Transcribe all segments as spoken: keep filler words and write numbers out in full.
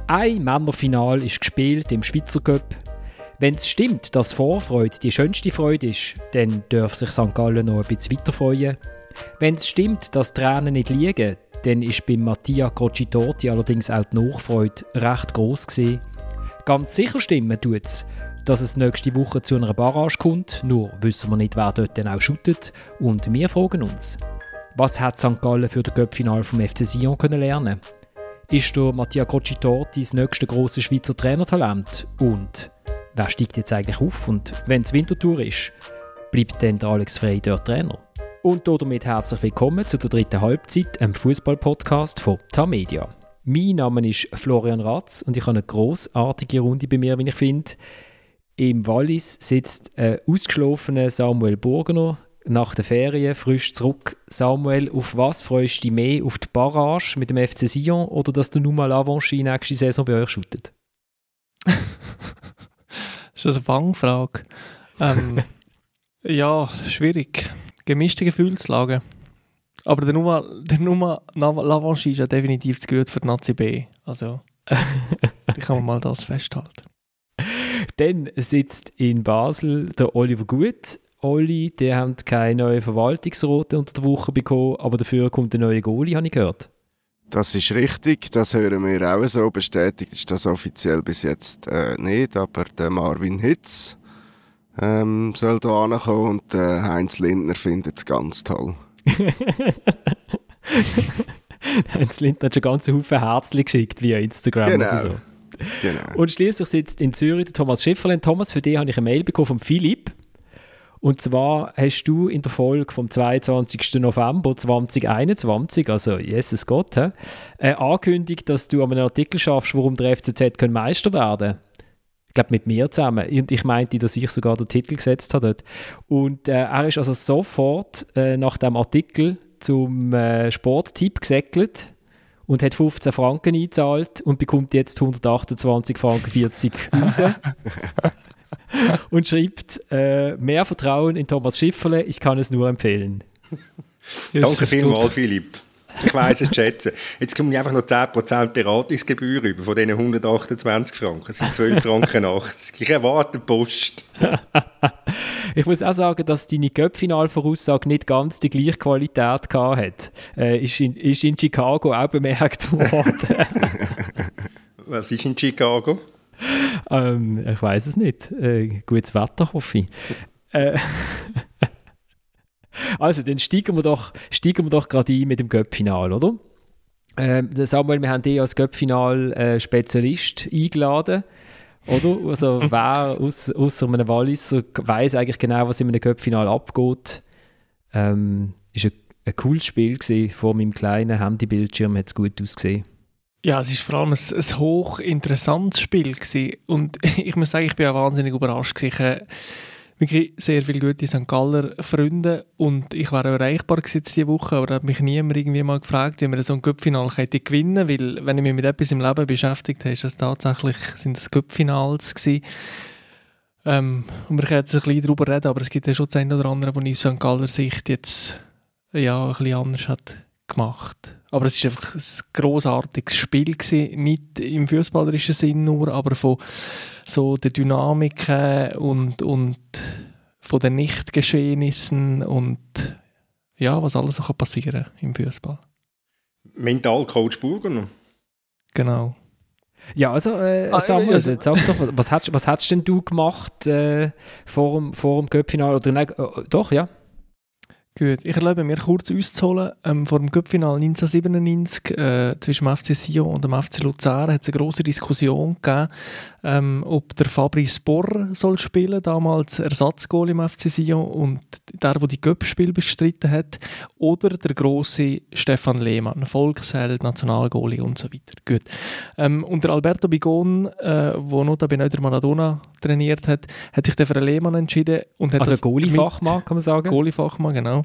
Ein Männerfinal ist gespielt im Schweizer Cup. Wenn es stimmt, dass Vorfreude die schönste Freude ist, dann darf sich Sankt Gallen noch ein bisschen weiter freuen. Wenn es stimmt, dass Tränen nicht liegen, dann ist bei Mattia Crocitorti allerdings auch die Nachfreude recht gross gewesen. Ganz sicher stimmen tut es, dass es nächste Woche zu einer Barrage kommt, nur wissen wir nicht, wer dort dann auch shootet. Und wir fragen uns, was hat Sankt Gallen für das Cup-Final vom F C Sion können lernen? Ist der Mattia Crocitorti das nächste grosse Schweizer Trainertalent? Und wer steigt jetzt eigentlich auf? Und wenn es Winterthur ist, bleibt dann der Alex Frey dort Trainer? Und damit herzlich willkommen zu der dritten Halbzeit, einem Fußball-Podcast von Tamedia. Mein Name ist Florian Ratz und ich habe eine grossartige Runde bei mir, wie ich finde. Im Wallis sitzt ein ausgeschlafener Samuel Burgener, nach der Ferien frisch zurück. Samuel, auf was freust du dich mehr? Auf die Barrage mit dem F C Sion oder dass du nun mal Avanchi nächste Saison bei euch shootet? Das ist eine Fangfrage. Ähm, ja, schwierig. Gemischte Gefühlslage. Aber der Nummer, der Nummer Lavanchi ist ja definitiv zu gut für die Nazi B. Also, ich kann mal das festhalten. Dann sitzt in Basel der Oliver Gut. Oli, die haben keine neue Verwaltungsrat unter der Woche bekommen, aber dafür kommt der neue Goalie, habe ich gehört. Das ist richtig, das hören wir auch so. Bestätigt ist das offiziell bis jetzt äh, nicht, aber der Marvin Hitz ähm, soll hier ankommen und äh, Heinz Lindner findet es ganz toll. Heinz Lindner hat schon ganz Haufen Herzchen geschickt via Instagram genau. oder so. Genau. Und schließlich sitzt in Zürich der Thomas Schifferle. Thomas, für den habe ich eine Mail bekommen von Philipp. Und zwar hast du in der Folge vom zweiundzwanzigsten November zweitausendeinundzwanzig, also Jesus Gott, he, äh, angekündigt, dass du an einem Artikel schaffst, warum der F C Z können Meister werden. Ich glaube, mit mir zusammen. Und ich meinte, dass ich sogar den Titel gesetzt habe dort. Und äh, er ist also sofort äh, nach dem Artikel zum äh, Sporttipp gesäckelt und hat fünfzehn Franken eingezahlt und bekommt jetzt hundertachtundzwanzig Franken vierzig raus. Und schreibt, äh, mehr Vertrauen in Thomas Schifferle, ich kann es nur empfehlen. Danke vielmals, Philipp. Ich weiss es schätzen. Jetzt kommen einfach noch zehn Prozent Beratungsgebühr über von diesen hundertachtundzwanzig Franken. Das sind zwölf Franken achtzig. Ich erwarte Post. Ich muss auch sagen, dass deine Cup-Final-Voraussage nicht ganz die gleiche Qualität hatte. Äh, ist, in, ist in Chicago auch bemerkt worden. Was ist in Chicago? Ähm, ich weiss es nicht. Äh, gutes Wetter, hoffe ich. Äh, also, dann steigen wir doch, steigen wir doch gerade ein mit dem Cup-Final, oder? Ähm, Samuel, wir haben dich als Cup-Final-Spezialist eingeladen, oder? Also, wer aus, ausser einem Walliser weiss eigentlich genau, was in einem Cup-Final abgeht. Ähm, ist ein, ein cooles Spiel gewesen. Vor meinem kleinen Handybildschirm hat es gut ausgesehen. Ja, es war vor allem ein, ein hochinteressantes Spiel gewesen. Und ich muss sagen, ich bin auch wahnsinnig überrascht gewesen. Ich habe wirklich sehr viele gute Sankt Galler Freunde und ich war auch erreichbar gewesen diese Woche, aber da hat mich niemand irgendwie mal gefragt, wie man so ein Cup-Final gewinnen könnte, weil wenn ich mich mit etwas im Leben beschäftigt habe, ist das tatsächlich, sind das Cup-Finals gewesen. Ähm, und wir können jetzt ein bisschen darüber reden, aber es gibt ja schon das eine oder andere, was aus Sankt Galler Sicht jetzt ja, ein bisschen anders hat gemacht. Aber es war einfach ein grossartiges Spiel gewesen. Nicht im fußballerischen Sinn nur, aber von so der Dynamik und, und von den Nichtgeschehnissen und ja, was alles so passieren kann im Fußball. Mentalcoach Burgener. Genau. Ja, also äh, ah, Samuel, also, sag doch, was hast, was hast denn du gemacht äh, vor dem, vor dem Cup-Final? Oder nein, äh, doch, ja. Gut, ich erlaube mir kurz auszuholen. Ähm, vor dem Cup-Final neunzehnhundertsiebenundneunzig äh, zwischen dem F C Sion und dem F C Luzern hat es eine grosse Diskussion gegeben, ähm, ob der Fabrice Borr soll spielen, damals Ersatzgoal im F C Sion und der, der die Cup-Spiel bestritten hat, oder der grosse Stefan Lehmann, Volksheld, Nationalgoalie und so weiter. Gut. Ähm, und der Alberto Bigon, der äh, notabene der Maradona trainiert hat, hat sich dann für einen Lehmann entschieden. Und hat also Goalie-Fachmann, kann man sagen? Goalie-Fachmann, genau.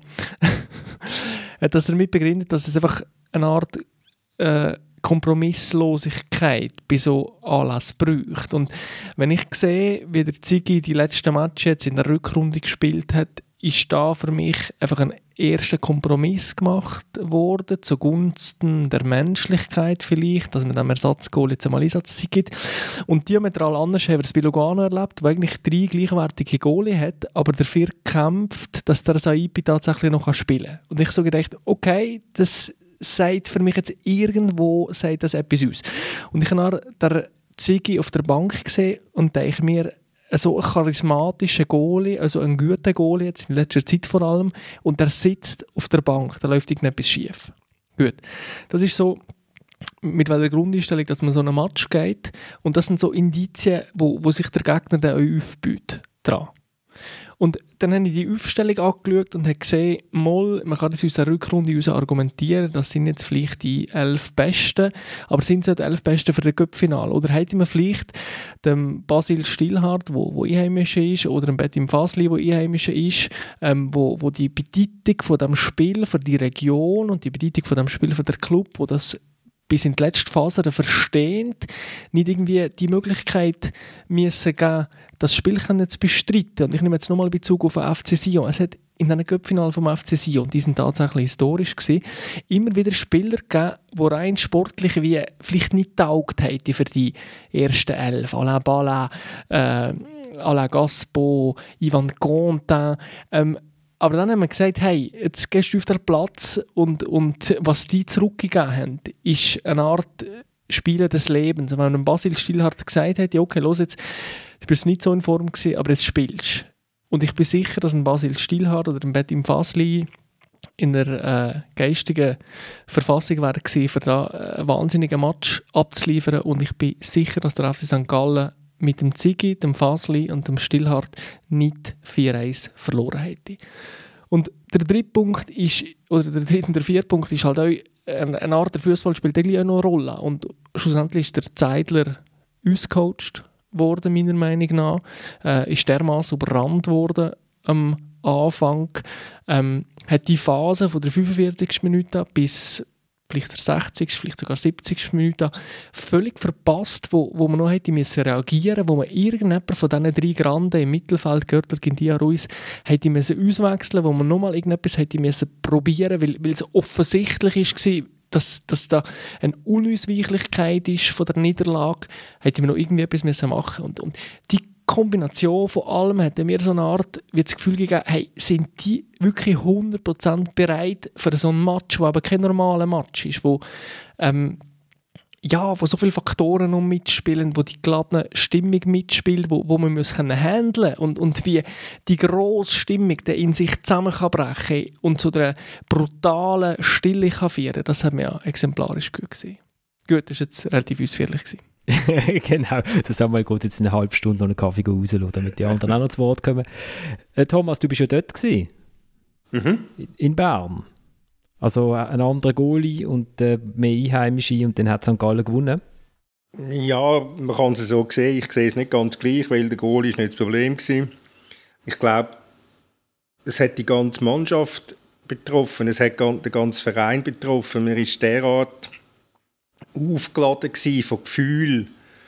hat das damit begründet, dass es einfach eine Art äh, Kompromisslosigkeit bei so Anlässen braucht. Und wenn ich sehe, wie der Ziggy die letzten Matches jetzt in der Rückrunde gespielt hat, ist da für mich einfach ein erster Kompromiss gemacht worden, zugunsten der Menschlichkeit vielleicht, dass man dem Ersatzgoal jetzt einmal Einsatz gibt. Und diametral anders haben wir es bei Lugano erlebt, der eigentlich drei gleichwertige Goalie hat, aber dafür kämpft, dass der Saipi tatsächlich noch spielen kann. Und ich so gedacht, okay, das sagt für mich jetzt irgendwo sagt das etwas aus. Und ich habe dann den Ziggy auf der Bank gesehen und denke mir, so ein charismatischer Goalie, also ein guter Goalie, jetzt in letzter Zeit vor allem, und der sitzt auf der Bank, da läuft irgendetwas schief. Gut, das ist so, mit welcher Grundeinstellung, dass man so einen Match geht, und das sind so Indizien, wo, wo sich der Gegner dann auch aufbaut dran. Und dann habe ich die Aufstellung angeschaut und habe gesehen, mal, man kann das aus der Rückrunde heraus argumentieren, das sind jetzt vielleicht die elf Besten, aber sind es die elf Besten für das Cup-Finale? Oder hätte man vielleicht den Basil Stillhardt, wo, wo Einheimischer ist, oder den Betim Fasli, wo Einheimischer ist, ähm, wo, wo die Bedeutung von dem Spiel für die Region und die Bedeutung von dem Spiel für den Club, wo das bis in die letzte Phase verstehen, nicht irgendwie die Möglichkeit müssen geben, das Spiel zu bestreiten. Und ich nehme jetzt nochmal Bezug auf den F C Sion. Es hat in einem Cup-Finale vom F C Sion, die sind tatsächlich historisch gewesen, immer wieder Spieler gegeben, die rein sportlich wie vielleicht nicht taugt hätten für die ersten elf. Alain Balin, äh, Alain Gaspo, Ivan Contin. Ähm, Aber dann haben wir gesagt, hey, jetzt gehst du auf den Platz und, und was die zurückgegeben haben, ist eine Art Spielen des Lebens. Und wenn Basil Stillhardt gesagt hat, ja okay, los jetzt, du bist nicht so in Form gewesen, aber jetzt spielst. Und ich bin sicher, dass ein Basil Stillhardt oder ein Betim Fasli in der äh, geistigen Verfassung wäre gewesen, für da einen wahnsinnigen Match abzuliefern. Und ich bin sicher, dass der F C Sankt Gallen mit dem Ziggy, dem Fasli und dem Stillhardt nicht vier eins verloren hätte. Und der dritte Punkt ist, oder der dritte und der vierte Punkt ist halt auch, eine, eine Art der Fußball spielt irgendwie auch noch eine Rolle. Und schlussendlich ist der Zeidler ausgecoacht worden, meiner Meinung nach. Äh, ist dermaßen überrannt worden am Anfang. Ähm, hat die Phase von der fünfundvierzigsten Minute bis vielleicht der sechzigsten, vielleicht sogar siebzigsten Minute völlig verpasst, wo, wo man noch hätte müssen reagieren, wo man irgendjemand von diesen drei Granden im Mittelfeld, Görtler, Gindia, Ruiz, hätte müssen auswechseln, wo man nochmal irgendetwas hätte müssen probieren, weil, weil es offensichtlich war, dass, dass da eine Unausweichlichkeit ist von der Niederlage, hätte man noch irgendwie etwas müssen machen. Und, und die Kombination von allem hat mir so eine Art wie das Gefühl gegeben, hey, sind die wirklich hundert Prozent bereit für so einen Match, der aber kein normaler Match ist, wo, ähm, ja, wo so viele Faktoren noch mitspielen, wo die geladene Stimmung mitspielt, wo, wo man muss können handeln und, und wie die grosse Stimmung der in sich zusammenbrechen kann und zu der brutalen Stille kann führen. Das hat mir ja exemplarisch gut gesehen. Gut, das war jetzt relativ ausführlich gewesen. Genau, das haben wir gut jetzt eine halbe Stunde noch einen Kaffee rauslassen, damit die anderen auch noch zu Wort kommen. Äh, Thomas, du bist ja dort gewesen, mhm. in Bern. Also äh, ein anderer Goalie und äh, mehr Einheimische und dann hat Sankt Gallen gewonnen. Ja, man kann es so sehen. Ich sehe es nicht ganz gleich, weil der Goalie ist nicht das Problem war. Ich glaube, es hat die ganze Mannschaft betroffen, es hat den ganzen Verein betroffen. Man ist derart aufgeladen gsi von Gefühl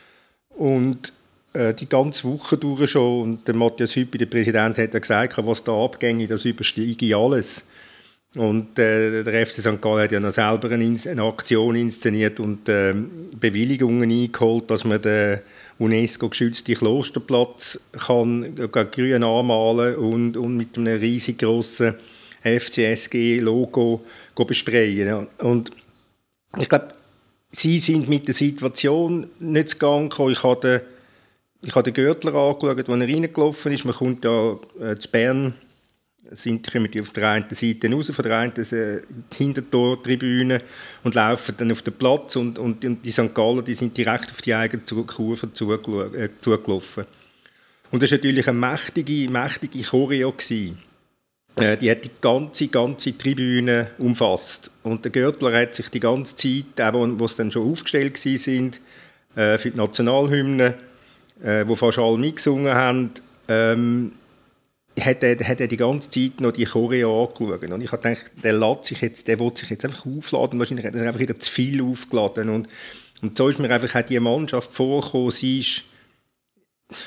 und äh, die ganze Woche durch schon. Und der Matthias Hüppi, der Präsident, hat ja gesagt, was da abginge, das übersteige alles. Und äh, der F C Sankt Gallen hat ja noch selber eine, eine Aktion inszeniert und äh, Bewilligungen eingeholt, dass man den UNESCO-geschützten Klosterplatz kann grün anmalen und, und mit einem riesig grossen F C S G-Logo besprayen. Und ich glaube, sie sind mit der Situation nicht zu Gang gekommen. Ich habe den, ich habe den Görtler angeschaut, als er reingelaufen ist. Man kommt ja äh, zu Bern, sind, kommen die auf der einen Seite raus, von der einen Seite die Hintertortribüne und laufen dann auf den Platz. Und, und die Sankt Gallen, die sind direkt auf die eigene Kurve äh, zugelaufen. Und das war natürlich eine mächtige, mächtige Choreo gewesen. Die hat die ganze, ganze Tribüne umfasst. Und der Görtler hat sich die ganze Zeit, auch wo sie dann schon aufgestellt waren, äh, für die Nationalhymne, äh, wo fast alle mitgesungen haben, ähm, hat, er, hat er die ganze Zeit noch die Choreo angeschaut. Und ich habe gedacht, der, lässt sich jetzt, der will sich jetzt einfach aufladen. Wahrscheinlich hat er einfach wieder zu viel aufgeladen. Und, und so ist mir einfach auch die Mannschaft vorgekommen. Sie ist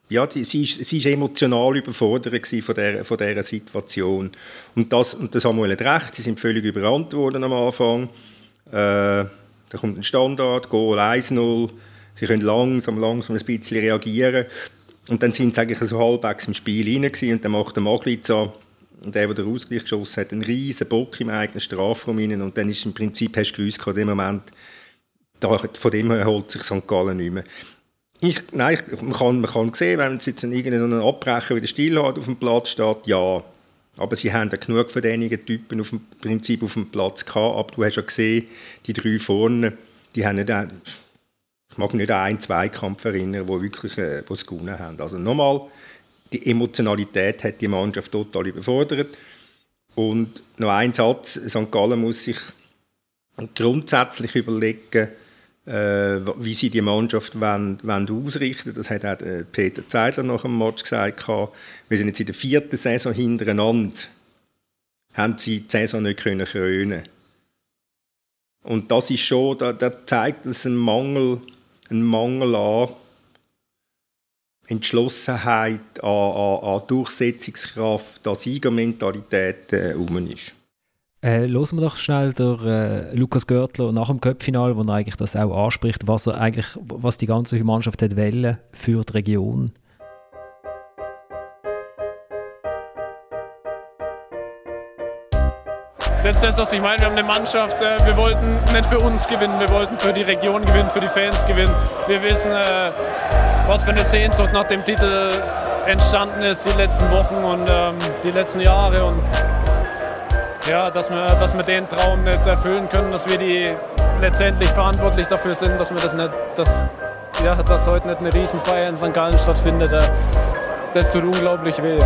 ja, die, sie, ist, sie ist emotional überfordert von dieser, von dieser Situation. Und das, und das Samuel hat recht, sie sind völlig überrannt worden am Anfang. Äh, da kommt ein Standard, Goal eins null. Sie können langsam, langsam ein bisschen reagieren. Und dann sind sie eigentlich so halbwegs im Spiel rein gewesen. Und dann macht der Magliza, der, der den Ausgleich geschossen hat, einen riesen Bock im eigenen Strafraum rein. Und dann ist im Prinzip, hast du gewusst, in dem Moment, da, von dem her holt sich Sankt Gallen nicht mehr. Ich, nein, ich, man, kann, man kann sehen, wenn jetzt irgendeinen Abbrecher wieder still hat auf dem Platz steht, ja. Aber sie haben ja genug von diesen Typen auf dem Prinzip auf dem Platz gehabt. Aber du hast ja gesehen, die drei vorne, die haben nicht, ich mag nicht an einen Zweikampf erinnern, wo wirklich äh, wo sie gewonnen haben. Also nochmal, die Emotionalität hat die Mannschaft total überfordert. Und noch ein Satz, Sankt Gallen muss sich grundsätzlich überlegen, äh, wie sie die Mannschaft wollen, wollen ausrichten. Das hat auch Peter Zeidler nach dem Match gesagt. Wir sind jetzt in der vierten Saison hintereinander, haben sie die Saison nicht können krönen. Und das ist schon, da, da zeigt es einen Mangel, einen Mangel an Entschlossenheit, an, an, an Durchsetzungskraft, an Siegermentalität äh, rum ist. Äh, hören wir doch schnell durch äh, Lukas Görtler nach dem Cup-Final, wo er eigentlich das auch anspricht, was er eigentlich, was die ganze Mannschaft hat wollen für die Region. Das ist das, was ich meine. Wir haben eine Mannschaft, äh, wir wollten nicht für uns gewinnen, wir wollten für die Region gewinnen, für die Fans gewinnen. Wir wissen, äh, was für eine Sehnsucht nach dem Titel entstanden ist die letzten Wochen und ähm, die letzten Jahre. Und ja, dass wir, dass wir den Traum nicht erfüllen können, dass wir die letztendlich verantwortlich dafür sind, dass wir das nicht, dass, ja, dass heute nicht eine Riesenfeier in Sankt Gallen stattfindet, das tut unglaublich weh.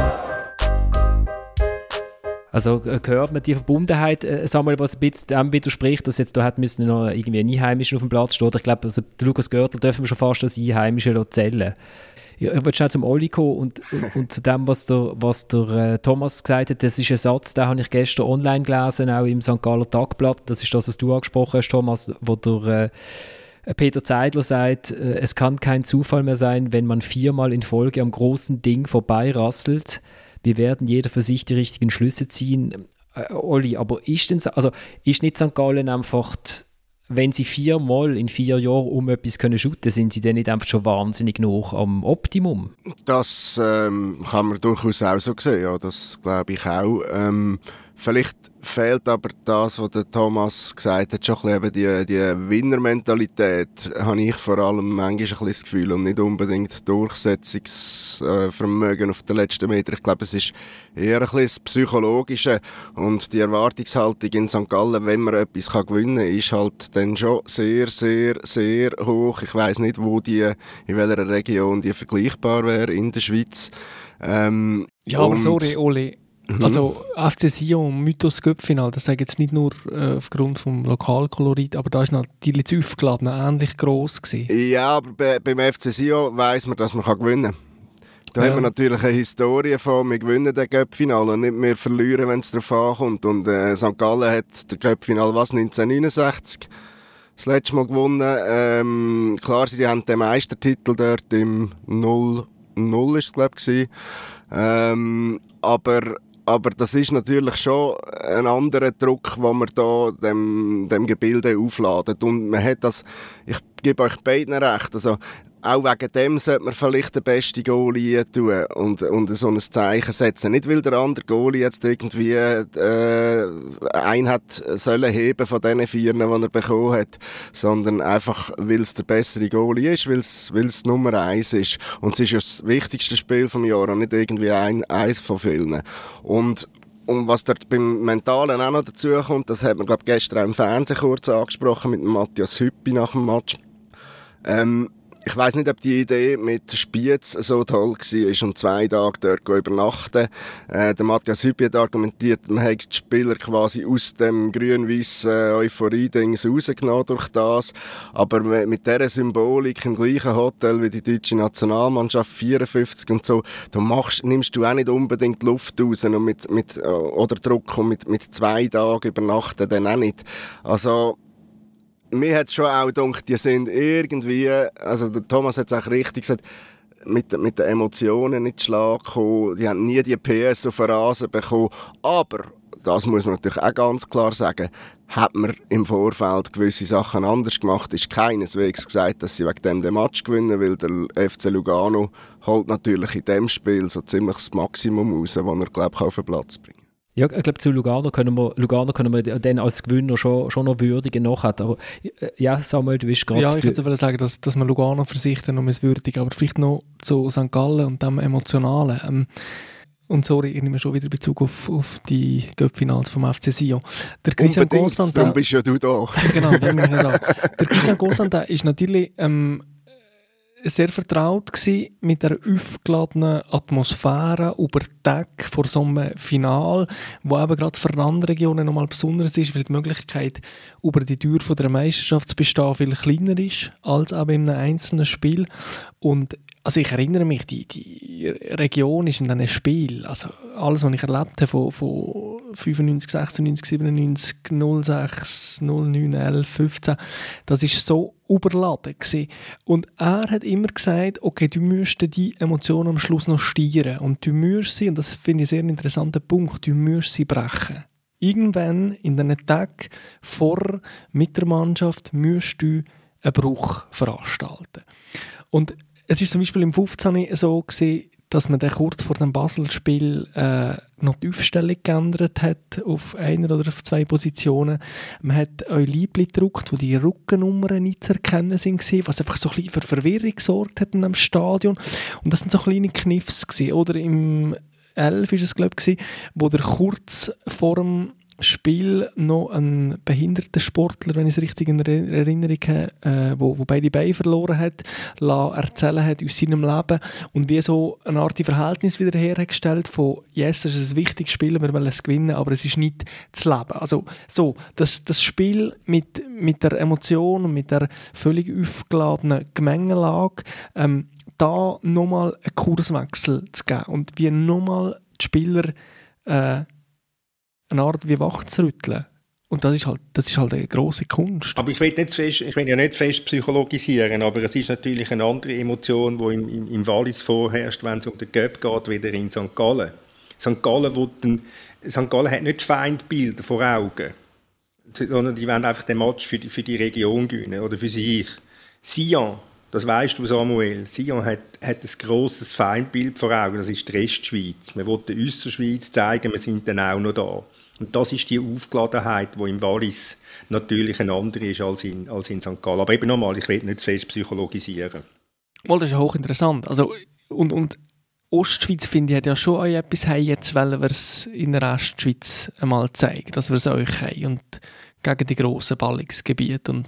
Also hört man die Verbundenheit, äh, Samuel, was ein bisschen dem widerspricht, dass jetzt da hat müssen noch irgendwie ein Einheimischen auf dem Platz stehen. Ich glaube, also Lukas Görtler dürfen wir schon fast als Einheimische zählen. Ich wollte schnell zum Oli kommen und, und, und zu dem, was der, was der äh, Thomas gesagt hat. Das ist ein Satz, den habe ich gestern online gelesen, auch im Sankt Galler Tagblatt. Das ist das, was du angesprochen hast, Thomas, wo der äh, Peter Zeidler sagt, äh, es kann kein Zufall mehr sein, wenn man viermal in Folge am großen Ding vorbeirasselt. Wir werden jeder für sich die richtigen Schlüsse ziehen. Äh, Oli, aber ist, denn, also, ist nicht Sankt Gallen einfach... Die, wenn sie viermal in vier Jahren um etwas können shooten, sind sie dann nicht einfach schon wahnsinnig noch am Optimum? Das ähm, kann man durchaus auch so sehen, ja, das glaube ich auch. Ähm, vielleicht fehlt aber das, was der Thomas gesagt hat, schon ein bisschen die, die Winnermentalität, habe ich vor allem manchmal ein bisschen das Gefühl und nicht unbedingt Durchsetzungsvermögen auf den letzten Meter. Ich glaube, es ist eher ein bisschen das Psychologische und die Erwartungshaltung in Sankt Gallen, wenn man etwas gewinnen kann, ist halt dann schon sehr, sehr, sehr hoch. Ich weiss nicht, wo die, in welcher Region die vergleichbar wäre in der Schweiz. Ähm, ja, aber sorry, Oli. Also F C Sion, Mythos Cup-Final, das sage ich jetzt nicht nur äh, aufgrund des Lokalkolorit, aber da war noch die aufgeladen, ähnlich gross gewesen. Ja, aber bei, beim F C Sion weiss man, dass man gewinnen kann. Da ja. haben wir natürlich eine Historie von, wir gewinnen den Cup-Final und nicht mehr verlieren, wenn es darauf ankommt. Und äh, Sankt Gallen hat den Cup-Final was, neunzehnhundertneunundsechzig das letzte Mal gewonnen. Ähm, klar, sie haben den Meistertitel dort im null null ist es, glaube ich, ähm, aber Aber das ist natürlich schon ein anderer Druck, den man da dem, dem Gebilde aufladet. Und man hat das, ich gebe euch beiden recht, also auch wegen dem sollte man vielleicht den besten Goalie tun und, und so ein Zeichen setzen. Nicht, weil der andere Goalie jetzt irgendwie äh, einen hat sollen heben von diesen vier, die er bekommen hat, sondern einfach, weil es der bessere Goalie ist, weil es, weil es Nummer eins ist. Und es ist ja das wichtigste Spiel des Jahres und nicht irgendwie ein, eins von vielen. Und Und was dort beim Mentalen auch noch dazu kommt, das hat man, glaube ich, gestern auch im Fernsehen kurz angesprochen mit Matthias Hüppi nach dem Match. Ähm, ich weiss nicht, ob die Idee mit Spiez so toll war, um zwei Tage dort zu übernachten. Äh, der Matthias Hüppi hat argumentiert, man hat die Spieler quasi aus dem grün-weißen Euphorie-Dings rausgenommen durch das. Aber mit dieser Symbolik im gleichen Hotel wie die deutsche Nationalmannschaft vierundfünfzig und so, da machst, nimmst du auch nicht unbedingt die Luft raus und mit, mit, oder Druck und mit, mit zwei Tagen übernachten dann auch nicht. Also, mir hat es schon auch gedacht, die sind irgendwie, also der Thomas hat es auch richtig gesagt, mit, mit den Emotionen in den Schlag gekommen, die haben nie die P S auf den Rasen bekommen, aber das muss man natürlich auch ganz klar sagen, hat man im Vorfeld gewisse Sachen anders gemacht, ist keineswegs gesagt, dass sie wegen dem den Match gewinnen, weil der F C Lugano holt natürlich in diesem Spiel so ziemlich das Maximum raus, das er, glaube ich, auf den Platz bringen kann. Ja, ich glaube, zu Lugano können wir, Lugano können wir dann als Gewinner schon, schon noch würdigen nachher. Aber ja, Samuel, du bist gerade... Ja, ich würde sagen, dass, dass man Lugano für sich dann noch würdigen, aber vielleicht noch zu Sankt Gallen und dem Emotionalen. Ähm, Und sorry, ich nehme schon wieder Bezug auf, auf die Cup-Finals vom F C Sion. Der Christian Unbedingt, darum bist ja du da. Genau, dann bin ich da. Der Christian Gossan ist natürlich ähm, sehr vertraut gewesen mit der aufgeladenen Atmosphäre über Tag vor so einem Final, wo eben gerade für andere Regionen nochmal besonders ist, weil die Möglichkeit, über die Tür von der Meisterschaft zu bestehen, viel kleiner ist als eben in einem einzelnen Spiel. Und also ich erinnere mich, die, die Region ist in diesem Spiel, also alles, was ich erlebt habe von, von fünfundneunzig, sechsundneunzig, siebenundneunzig, null sechs, null neun, elf, fünfzehn, das ist so überladen gewesen. Und er hat immer gesagt, okay, du müsstest die Emotionen am Schluss noch steuern und du musst sie, und das finde ich einen sehr interessanten Punkt, du musst sie brechen. Irgendwann in diesen Tagen vor mit der Mannschaft musst du einen Bruch veranstalten. Und es war zum Beispiel im fünfzehn so gewesen, dass man dann kurz vor dem Basel-Spiel äh, noch die Aufstellung geändert hat auf einer oder auf zwei Positionen. Man hat ein Liebli gedruckt, wo die Rückennummern nicht zu erkennen sind, was einfach so ein bisschen für Verwirrung gesorgt hat in einem Stadion. Und das sind so kleine Kniffs gewesen. Oder im elf war es, glaube ich, wo der kurz vor dem Spiel noch ein behinderter Sportler, wenn ich es richtig in Erinnerung habe, äh, wo, wo beide Beine verloren hat, erzählen hat aus seinem Leben und wie so eine Art Verhältnis wieder hergestellt von «Yes, es ist ein wichtiges Spiel, wir wollen es gewinnen, aber es ist nicht das Leben». Also so, das, das Spiel mit, mit der Emotion und mit der völlig aufgeladenen Gemengelage, ähm, da nochmal einen Kurswechsel zu geben und wie nochmal die Spieler äh, eine Art wie wach zu rütteln. Und das ist halt, das ist halt eine grosse Kunst. Aber ich will, nicht fest, ich will ja nicht fest psychologisieren, aber es ist natürlich eine andere Emotion, die im, im, im Wallis vorherrscht, wenn es um den Cup geht, wieder in Sankt Gallen. Sankt Gallen, wo den, Sankt Gallen hat nicht Feindbilder vor Augen, sondern die wollen einfach den Match für die, für die Region gewinnen oder für sich. Sion, das weißt du, Samuel, Sion hat, hat ein grosses Feindbild vor Augen, das ist die Restschweiz. Man will der Ausserschweiz zeigen, wir sind dann auch noch da. Und das ist die Aufgeladenheit, die im Wallis natürlich eine andere ist als in, als in Sankt Gallen. Aber eben nochmal, ich will nicht zu fest psychologisieren. Mal, das ist ja hochinteressant. Also, und, und Ostschweiz, finde ich, hat ja schon euch etwas haben, jetzt wollen wir es in der Restschweiz einmal zeigen, dass wir es euch haben und gegen die grossen Ballungsgebiete und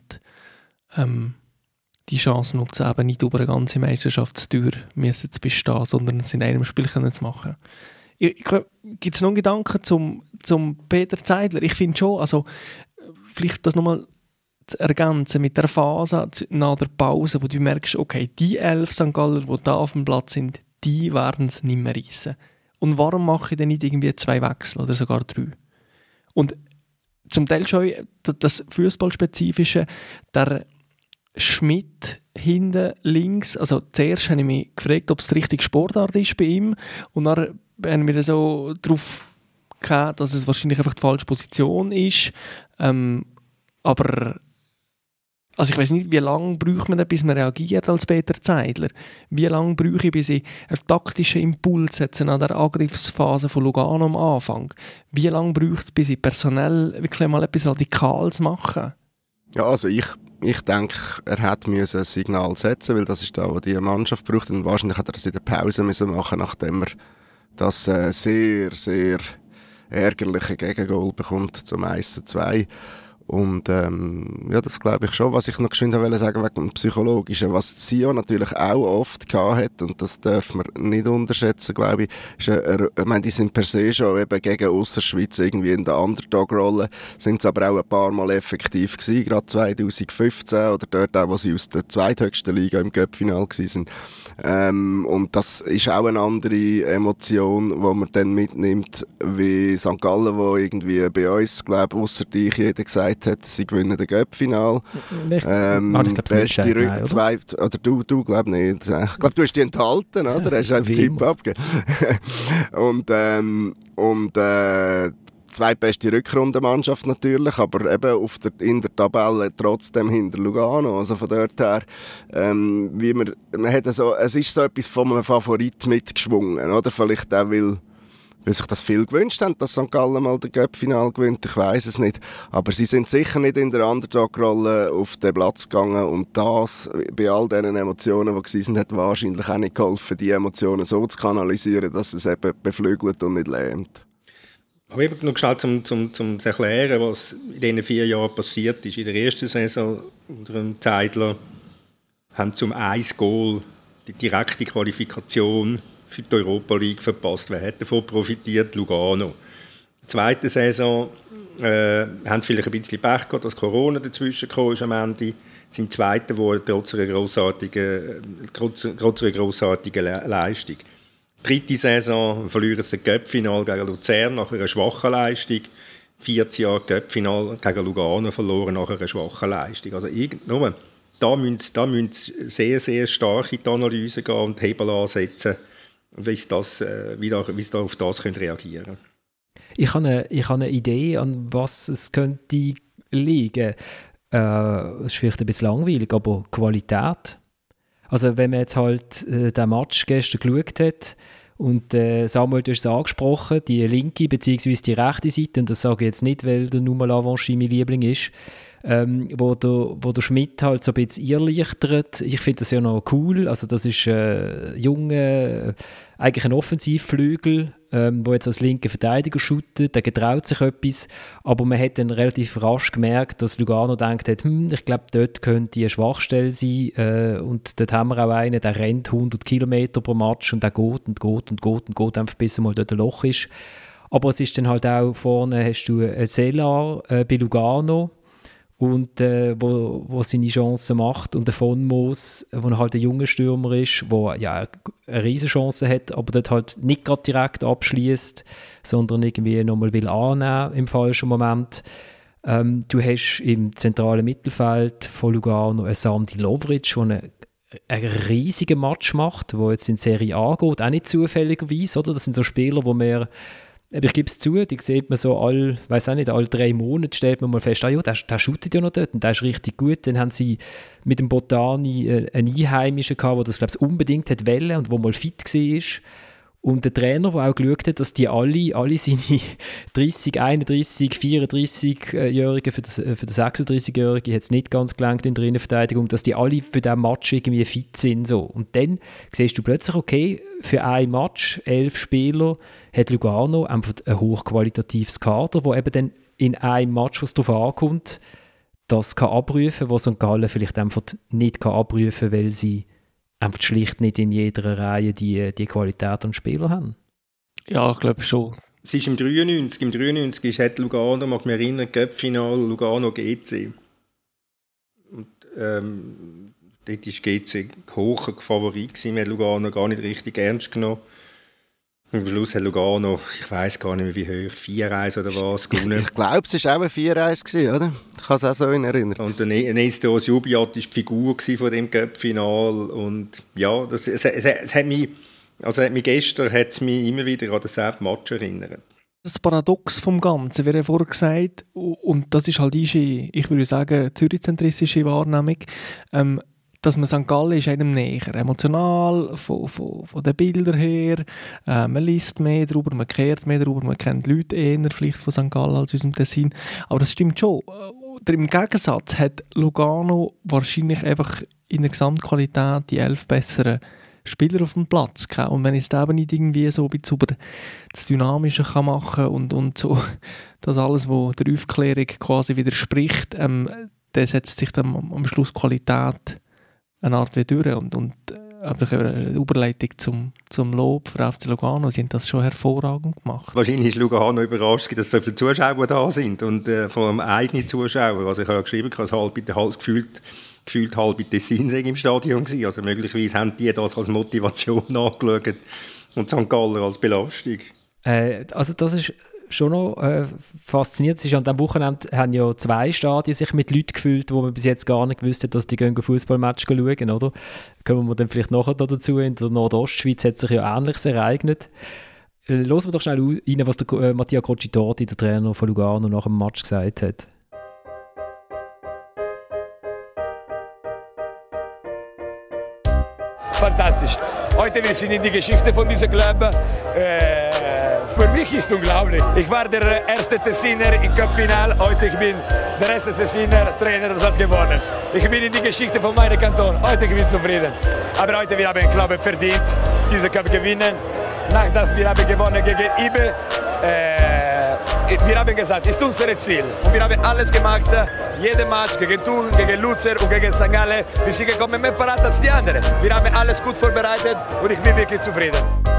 ähm, die Chance nutzen, eben nicht über eine ganze Meisterschaftstür müssen zu bestehen, sondern es in einem Spiel können zu machen. Gibt es noch einen Gedanken zum, zum Peter Zeidler? Ich finde schon, also vielleicht das nochmal zu ergänzen mit der Phase nach der Pause, wo du merkst, okay, die elf Sankt Galler, die da auf dem Platz sind, die werden es nicht mehr reissen. Und warum mache ich denn nicht irgendwie zwei Wechsel oder sogar drei? Und zum Teil schon das Fußballspezifische, der Schmidt hinten links, also zuerst habe ich mich gefragt, ob es die richtige Sportart ist bei ihm und dann haben wir so darauf gekommen, dass es wahrscheinlich einfach die falsche Position ist, ähm, aber also ich weiß nicht, wie lange braucht man, bis man reagiert als Peter Zeidler? Wie lange brauche ich, bis ich einen taktischen Impuls setze an der Angriffsphase von Lugano am Anfang? Wie lange braucht es, bis ich personell wirklich mal etwas Radikales mache? Ja, also ich Ich denke, er hat ein Signal setzen, weil das ist da, was die Mannschaft braucht. Und wahrscheinlich hat er das in der Pause müssen machen, nachdem er das äh, sehr, sehr ärgerliche Gegengol bekommt zum eins zu zwei. Und ähm, ja, das glaube ich schon. Was ich noch geschwind wollte sagen wegen dem Psychologischen, was Sion natürlich auch oft gehabt hat, und das darf man nicht unterschätzen, glaube ich, ist, äh, ich meine, die sind per se schon eben gegen Ausserschweiz irgendwie in der Underdog-Rolle, sind es aber auch ein paar Mal effektiv gewesen, gerade zwanzig fünfzehn oder dort auch, wo sie aus der zweithöchsten Liga im Cup-Final waren. Ähm, und das ist auch eine andere Emotion, die man dann mitnimmt, wie Sankt Gallen, wo irgendwie bei uns, glaube ich, ausser dich jeder gesagt gesagt hat, sie gewinnen das Göpp-Final. Ähm, ah, ich glaub, beste gesagt, Rück- nein, oder? zwei, oder du, du glaub nicht. Ich glaube, du hast die enthalten, oder? Du hast einfach Tipp abgegeben. und ähm, und äh, zweitbeste Rückrundenmannschaft natürlich, aber eben auf der, in der Tabelle trotzdem hinter Lugano. Also von dort her, ähm, wie man, man hat so, es ist so etwas von einem Favorit mitgeschwungen, oder? Vielleicht auch, weil, weil sich das viel gewünscht haben, dass Sankt Gallen mal den Cup-Final gewinnt, ich weiss es nicht. Aber sie sind sicher nicht in der Underdog-Rolle auf den Platz gegangen und das, bei all diesen Emotionen, die waren, hat wahrscheinlich auch nicht geholfen, die Emotionen so zu kanalisieren, dass es eben beflügelt und nicht lähmt. Aber eben noch schnell, um zum, zum zu erklären, was in diesen vier Jahren passiert ist. In der ersten Saison unter dem Zeidler haben zum ein Goal die direkte Qualifikation für die Europa League verpasst. Wer hat davon profitiert? Lugano. In der zweiten Saison äh, haben vielleicht ein bisschen Pech gehabt, dass Corona dazwischen gekommen ist am Ende. Sind Zweite geworden, trotz einer grossartigen, trotz, trotz einer grossartigen Le- Leistung. Dritte Saison verlieren sie das Cup-Final gegen Luzern nach einer schwachen Leistung. vierzehn Jahre Cup-Final gegen Lugano verloren nach einer schwachen Leistung. Also nur, da müssen, da müssen sie sehr, sehr stark in die Analyse gehen und Hebel ansetzen, wie sie, das, wie da, wie sie da auf das können reagieren können. Ich habe eine, ich habe eine Idee, an was es könnte liegen. Äh, es ist vielleicht ein bisschen langweilig, aber Qualität. Also wenn man jetzt halt äh, den Match gestern geschaut hat und äh, Samuel, du hast es angesprochen, die linke bzw. die rechte Seite, und das sage ich jetzt nicht, weil der Numa Lavanchi mein Liebling ist, ähm, wo, der, wo der Schmidt halt so ein bisschen irrlichtert. Ich finde das ja noch cool, also das ist äh, junge, äh, eigentlich ein Offensivflügel, ähm, wo jetzt als linker Verteidiger shootet, der getraut sich etwas, aber man hat dann relativ rasch gemerkt, dass Lugano denkt hat, hm, ich glaube, dort könnte eine Schwachstelle sein, äh, und dort haben wir auch einen, der rennt hundert Kilometer pro Match und der geht und geht und geht und geht einfach, bis er mal dort ein Loch ist. Aber es ist dann halt auch, vorne hast du einen Sellar äh, bei Lugano, und äh, wo, wo seine Chancen macht, und der Von Moos, wo halt ein junger Stürmer ist, der ja eine riesen Chance hat, aber dort halt nicht gerade direkt abschließt, sondern irgendwie nochmal will annehmen im falschen Moment. Ähm, du hast im zentralen Mittelfeld von Lugano einen Sandi Lovric, der einen, einen riesigen Match macht, der jetzt in Serie A geht, auch nicht zufälligerweise, oder? Das sind so Spieler, wo wir, aber ich gebe es zu, die sieht man so all, weiß auch nicht, alle drei Monate stellt man mal fest, ah ja, der, der shootet ja noch dort und der ist richtig gut. Dann haben sie mit dem Botani äh, einen Einheimischen gehabt, der das, glaube ich, unbedingt hat wollen und der mal fit war. Und der Trainer, der auch geschaut hat, dass die alle, alle seine dreißig, einunddreißig, vierunddreißig-Jährigen, für, das, für den sechsunddreißig-Jährigen hat es nicht ganz gelangt in der Innenverteidigung, dass die alle für diesen Match irgendwie fit sind. So. Und dann siehst du plötzlich, okay, für ein Match, elf Spieler, hat Lugano einfach ein hochqualitatives Kader, wo eben dann in einem Match, was darauf ankommt, das kann abrufen, was Sankt Gallen vielleicht einfach nicht kann abrufen, weil sie einfach schlicht nicht in jeder Reihe die, die Qualität und Spieler haben. Ja, ich glaube schon. Es ist im dreiundneunzig, im dreiundneunzig ist, hat Lugano, mag mich erinnern, Cup-Final Lugano G C. Und ähm, dort war G C hoher Favorit gewesen, man hat Lugano gar nicht richtig ernst genommen. Und am Schluss hat Lugano, ich weiss gar nicht mehr wie hoch, vier eins oder was, gewonnen. Ich glaube, es war auch ein vier eins, oder? Ich kann es auch so in Erinnerung. Und der Nestor Jubiat war die Figur von dem Cup-Final. Und ja, das, es, es, es hat mich, also hat mich gestern hat es mich immer wieder an denselben Match erinnert. Das Paradox vom Ganzen, wie er vorher gesagt, und das ist halt die, ich würde sagen, zürichzentristische Wahrnehmung, ähm, dass man Sankt Gallen ist einem näher, emotional, von, von, von den Bildern her, äh, man liest mehr darüber, man kehrt mehr darüber, man kennt Leute eher vielleicht von Sankt Gallen als aus dem Tessin, aber das stimmt schon. Im Gegensatz hat Lugano wahrscheinlich einfach in der Gesamtqualität die elf besseren Spieler auf dem Platz gehabt. Und wenn ich es eben nicht irgendwie so ein bisschen über das Dynamische kann machen und, und so, das alles, was der Aufklärung quasi widerspricht, ähm, dann setzt sich dann am Schluss Qualität eine Art wie durch. Und, und äh, eine Überleitung zum, zum Lob für F C Lugano, sie haben das schon hervorragend gemacht. Wahrscheinlich ist Lugano überrascht, dass so viele Zuschauer da sind und äh, vor allem eigene Zuschauer. Also ich habe ja geschrieben, dass halb in der Hals gefühlt gefühlt halb in Tessin im Stadion gewesen. Also möglicherweise haben die das als Motivation angeschaut und Sankt Gallen als Belastung. Äh, also das ist schon noch äh, fasziniert. Es ist an diesem Wochenende haben ja zwei Stadien sich mit Leuten gefüllt, wo man bis jetzt gar nicht gewusst hat, dass die gehen Fußballmatch schauen, oder? Kommen wir dann vielleicht nachher dazu. In der Nordostschweiz hat sich ja Ähnliches ereignet. Äh, hören wir doch schnell rein, was der äh, Mattia Crocitorti, der Trainer von Lugano, nach dem Match gesagt hat. Fantastisch. Heute wir sind in die Geschichte von diesem Club. Äh, für mich ist es unglaublich. Ich war der erste Tessiner im Cup-Final. Heute ich bin der erste Tessiner Trainer, das hat gewonnen. Ich bin in die Geschichte von meinem Kanton. Heute ich bin zufrieden. Aber heute wir haben, glaube ich, verdient, diesen Cup gewinnen. Nachdem wir haben gewonnen gegen Ibe. Äh, wir haben gesagt, ist unser Ziel. Und wir haben alles gemacht. Jeden Match gegen Thun, gegen Luzern und gegen Sankt Gallen. Wir sind gekommen mehr parat als die anderen. Wir haben alles gut vorbereitet und ich bin wirklich zufrieden.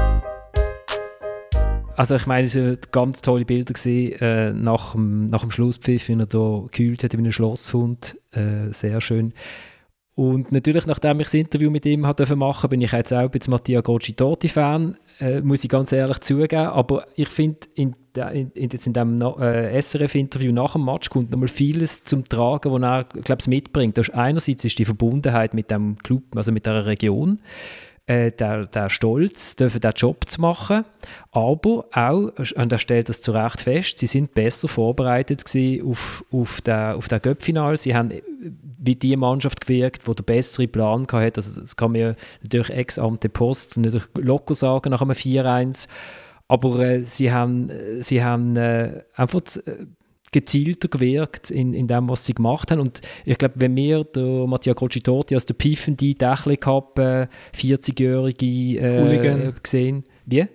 Also ich meine, es waren ganz tolle Bilder gewesen, äh, nach, dem, nach dem Schlusspfiff, wie er da gekühlt hat, wie ein Schlosshund. Äh, sehr schön. Und natürlich, nachdem ich das Interview mit ihm machen durfte, bin ich jetzt auch ein bisschen Mattia Crocitorti-Fan, äh, muss ich ganz ehrlich zugeben. Aber ich finde, in, in, in, in diesem äh, S R F-Interview nach dem Match kommt nochmal vieles zum Tragen, was er, glaube ich, mitbringt. Das ist einerseits ist die Verbundenheit mit dem Club, also mit der Region, äh, der, der Stolz, dürfen den Job zu machen, aber auch, und er stellt das zu Recht fest, sie sind besser vorbereitet gewesen auf, auf den, auf den Cup-Final. Sie haben wie die Mannschaft gewirkt, die den besseren Plan hatte. Also das kann man ja natürlich ex ante post natürlich locker sagen nach einem vier eins, aber äh, sie haben, sie haben äh, einfach äh, gezielter gewirkt in, in dem, was sie gemacht haben. Und ich glaube, wenn wir der Mattia Crocitorti als der piefende Dächli-Cup äh, vierzigjährige äh, gesehen, wie?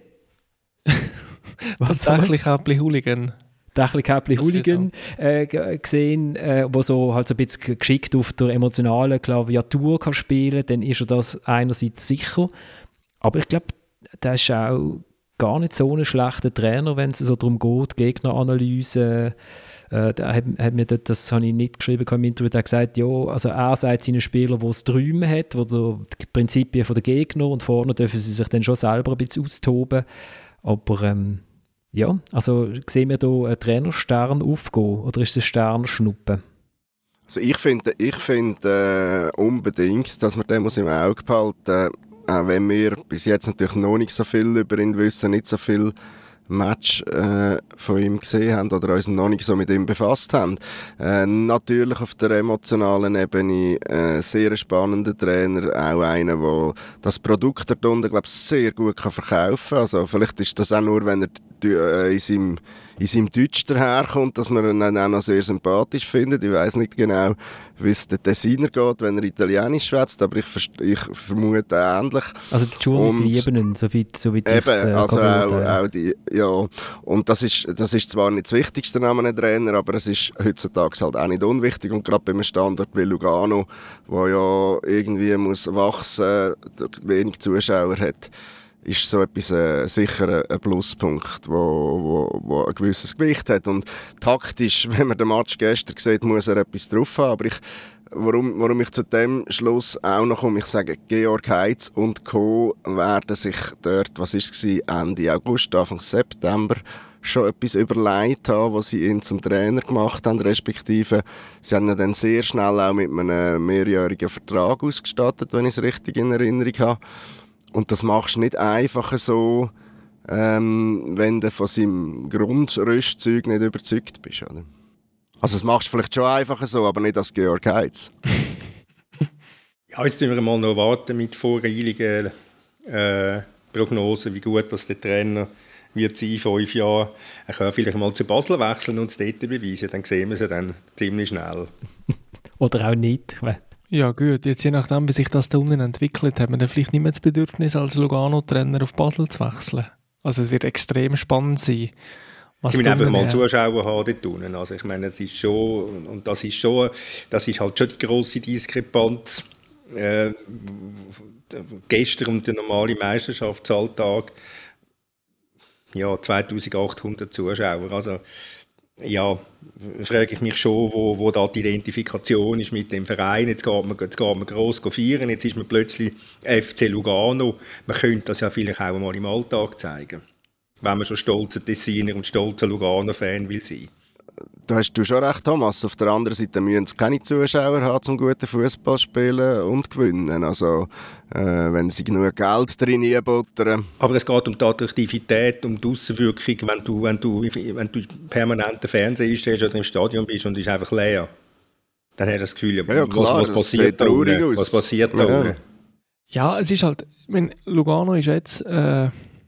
Was Dächli-Cup Hooligan? Dächli-Käppli Hooligan äh, gesehen, äh, wo so halt so ein bisschen geschickt auf der emotionalen Klaviatur kann spielen, dann ist er das einerseits sicher, aber ich glaube, der ist auch gar nicht so ein schlechter Trainer, wenn es so darum geht, Gegneranalyse. Äh, da hat, hat mir dort, das habe ich nicht geschrieben im Interview, der hat gesagt, ja, also er sagt seinen Spielern, die es Träume hat, wo die Prinzipien der Gegner und vorne dürfen sie sich dann schon selber ein bisschen austoben, aber ähm, ja, also sehen wir hier einen Trainerstern aufgehen oder ist es ein Sternschnuppen? Also ich finde ich find, äh, unbedingt, dass man den muss im Auge behalten muss, auch wenn wir bis jetzt natürlich noch nicht so viel über ihn wissen, nicht so viel Match äh, von ihm gesehen haben oder uns noch nicht so mit ihm befasst haben. Äh, natürlich auf der emotionalen Ebene äh, sehr spannender Trainer, auch einer, der das Produkt dort unten, glaube ich, sehr gut kann verkaufen kann. Also vielleicht ist das auch nur, wenn er äh, in seinem in seinem Deutsch daherkommt, dass man ihn auch noch sehr sympathisch findet. Ich weiss nicht genau, wie es den Tessiner geht, wenn er Italienisch schwätzt, aber ich, ich vermute ähnlich. Also die Juries lieben ihn, so wie, so wie eben, äh, also auch, auch die, ja. Und das ist, das ist zwar nicht das Wichtigste an einem Trainer, aber es ist heutzutage halt auch nicht unwichtig. Und gerade bei einem Standort wie Lugano, wo ja irgendwie muss wachsen, wenig Zuschauer hat, ist so etwas äh, sicher ein Pluspunkt, wo, wo, wo ein gewisses Gewicht hat. Und taktisch, wenn man den Match gestern sieht, muss er etwas drauf haben. Aber ich, warum, warum ich zu dem Schluss auch noch komme, ich sage, Georg Heitz und Co. werden sich dort, was ist es, Ende August, Anfang September, schon etwas überlegt haben, was sie ihn zum Trainer gemacht haben, respektive sie haben ihn dann sehr schnell auch mit einem mehrjährigen Vertrag ausgestattet, wenn ich es richtig in Erinnerung habe. Und das machst du nicht einfach so, ähm, wenn du von seinem Grundrüstzeug nicht überzeugt bist. Oder? Also das machst du vielleicht schon einfach so, aber nicht als Georg Heitz. Ja, jetzt müssen wir mal noch warten mit voreiligen äh, Prognosen, wie gut was der Trainer wird sein in fünf Jahren. Er kann vielleicht mal zu Basel wechseln und es dort beweisen, dann sehen wir sie dann ziemlich schnell. Oder auch nicht. Ja gut, jetzt je nachdem, wie sich das da unten entwickelt, hat man dann vielleicht nicht mehr das Bedürfnis, als Lugano-Trainer auf Basel zu wechseln. Also es wird extrem spannend sein. Was ich will einfach mal Zuschauer haben dort unten. Also ich meine, es ist schon, und das ist schon, das ist halt schon die grosse Diskrepanz. Äh, gestern um den normalen Meisterschaftsalltag, ja, zweitausendachthundert Zuschauer. Also ja, frage ich mich schon, wo, wo da die Identifikation ist mit dem Verein. Jetzt geht man, jetzt geht man gross feiern, jetzt ist man plötzlich F C Lugano. Man könnte das ja vielleicht auch mal im Alltag zeigen. wenn man schon stolzer Tessiner und stolzer Lugano-Fan will sein. Da hast du schon recht, Thomas. Auf der anderen Seite müssen es keine Zuschauer haben, um guten Fußball zu spielen und gewinnen. Also, äh, wenn sie genug Geld drin buttern. Aber es geht um die Attraktivität, um die Aussenwirkung, wenn du, wenn du, wenn du permanent den Fernseher einstellst oder im Stadion bist und es ist einfach leer. Dann hast du das Gefühl, ja, ja, klar, was, was passiert da unten? Was passiert da unten? Ja, es ist halt, ich meine, Lugano ist jetzt äh,